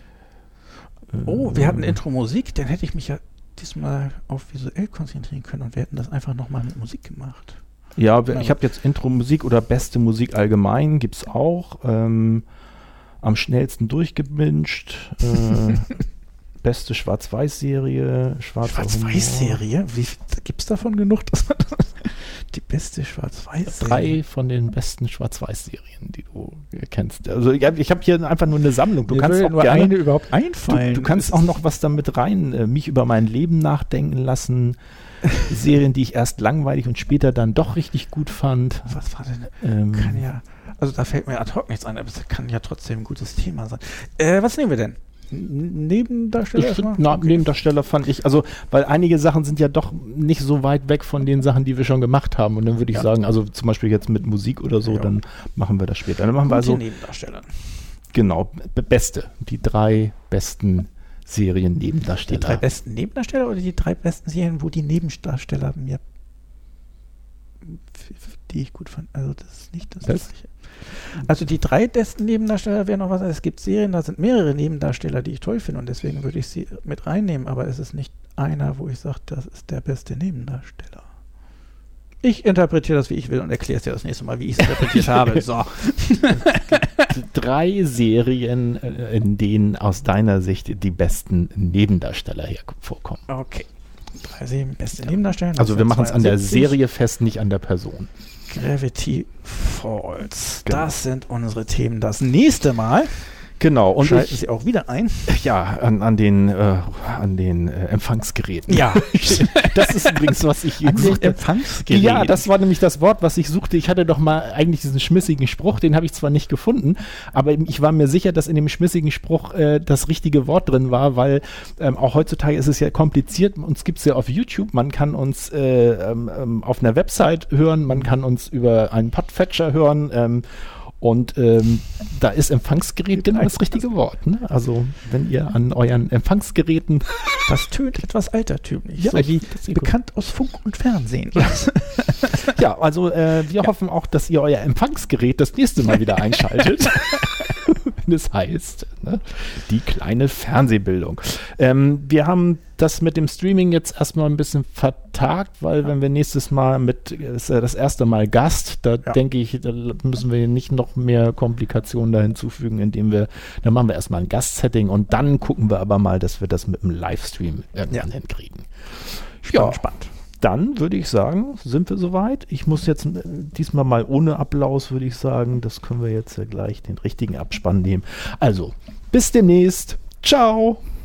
wir hatten Intro-Musik, dann hätte ich mich ja diesmal auf visuell konzentrieren können und wir hätten das einfach nochmal mit Musik gemacht. Ja, ich habe jetzt Intro-Musik oder beste Musik allgemein, gibt es auch. Am schnellsten durchgebinged. Beste Schwarz-Weiß-Serie. Schwarz-Weiß-Serie? Gibt es davon genug? Die beste Schwarz-Weiß-Serie? 3 von den besten Schwarz-Weiß-Serien, die du kennst. Also ich habe hier einfach nur eine Sammlung. Du kannst auch nur gerne, eine überhaupt einfallen. Du kannst auch noch was damit rein, mich über mein Leben nachdenken lassen. Serien, die ich erst langweilig und später dann doch richtig gut fand. Was war denn? Also da fällt mir ad hoc nichts ein, aber es kann ja trotzdem ein gutes Thema sein. Was nehmen wir denn? Nebendarsteller? Nebendarsteller fand ich, also weil einige Sachen sind ja doch nicht so weit weg von den Sachen, die wir schon gemacht haben. Und dann würde ich sagen, also zum Beispiel jetzt mit Musik oder so, dann machen wir das später. Dann machen wir also Nebendarsteller. Genau, die 3 besten Serien-Nebendarsteller. Die 3 besten Nebendarsteller oder die 3 besten Serien, wo die Nebendarsteller die ich gut fand. Also das ist nicht das Gleiche. Also die 3 besten Nebendarsteller wären noch was. Es gibt Serien, da sind mehrere Nebendarsteller, die ich toll finde und deswegen würde ich sie mit reinnehmen, aber es ist nicht einer, wo ich sage, das ist der beste Nebendarsteller. Ich interpretiere das, wie ich will und erkläre es dir das nächste Mal, wie ich es interpretiert habe. So. 3 Serien, in denen aus deiner Sicht die besten Nebendarsteller vorkommen. Okay. 3 Serien, beste Nebendarsteller. Also wir machen es an der Serie fest, nicht an der Person. Gravity Falls. Genau. Das sind unsere Themen. Das nächste Mal Genau. Und schalten Sie auch wieder ein? Ja, an den Empfangsgeräten. Ja. Das ist übrigens, was ich hier suchte. Empfangsgeräten? Ja, das war nämlich das Wort, was ich suchte. Ich hatte doch mal eigentlich diesen schmissigen Spruch, den habe ich zwar nicht gefunden, aber ich war mir sicher, dass in dem schmissigen Spruch das richtige Wort drin war, weil auch heutzutage ist es ja kompliziert. Uns gibt es ja auf YouTube, man kann uns auf einer Website hören, man kann uns über einen Podcatcher hören, und da ist Empfangsgerät genau das richtige Wort. Ne? Also wenn ihr an euren Empfangsgeräten... Das tönt etwas altertümlich. Ja, so wie bekannt aus Funk und Fernsehen. Ja, also wir hoffen auch, dass ihr euer Empfangsgerät das nächste Mal wieder einschaltet. Folgendes heißt, ne? Die kleine Fernsehbildung. Wir haben das mit dem Streaming jetzt erstmal ein bisschen vertagt, weil wenn wir nächstes Mal das erste Mal Gast, da denke ich, da müssen wir nicht noch mehr Komplikationen da hinzufügen, dann machen wir erstmal ein Gastsetting und dann gucken wir aber mal, dass wir das mit einem Livestream irgendwann hinkriegen. Spannend. Dann würde ich sagen, sind wir soweit. Ich muss jetzt diesmal mal ohne Applaus, würde ich sagen, das können wir jetzt ja gleich den richtigen Abspann nehmen. Also, bis demnächst. Ciao.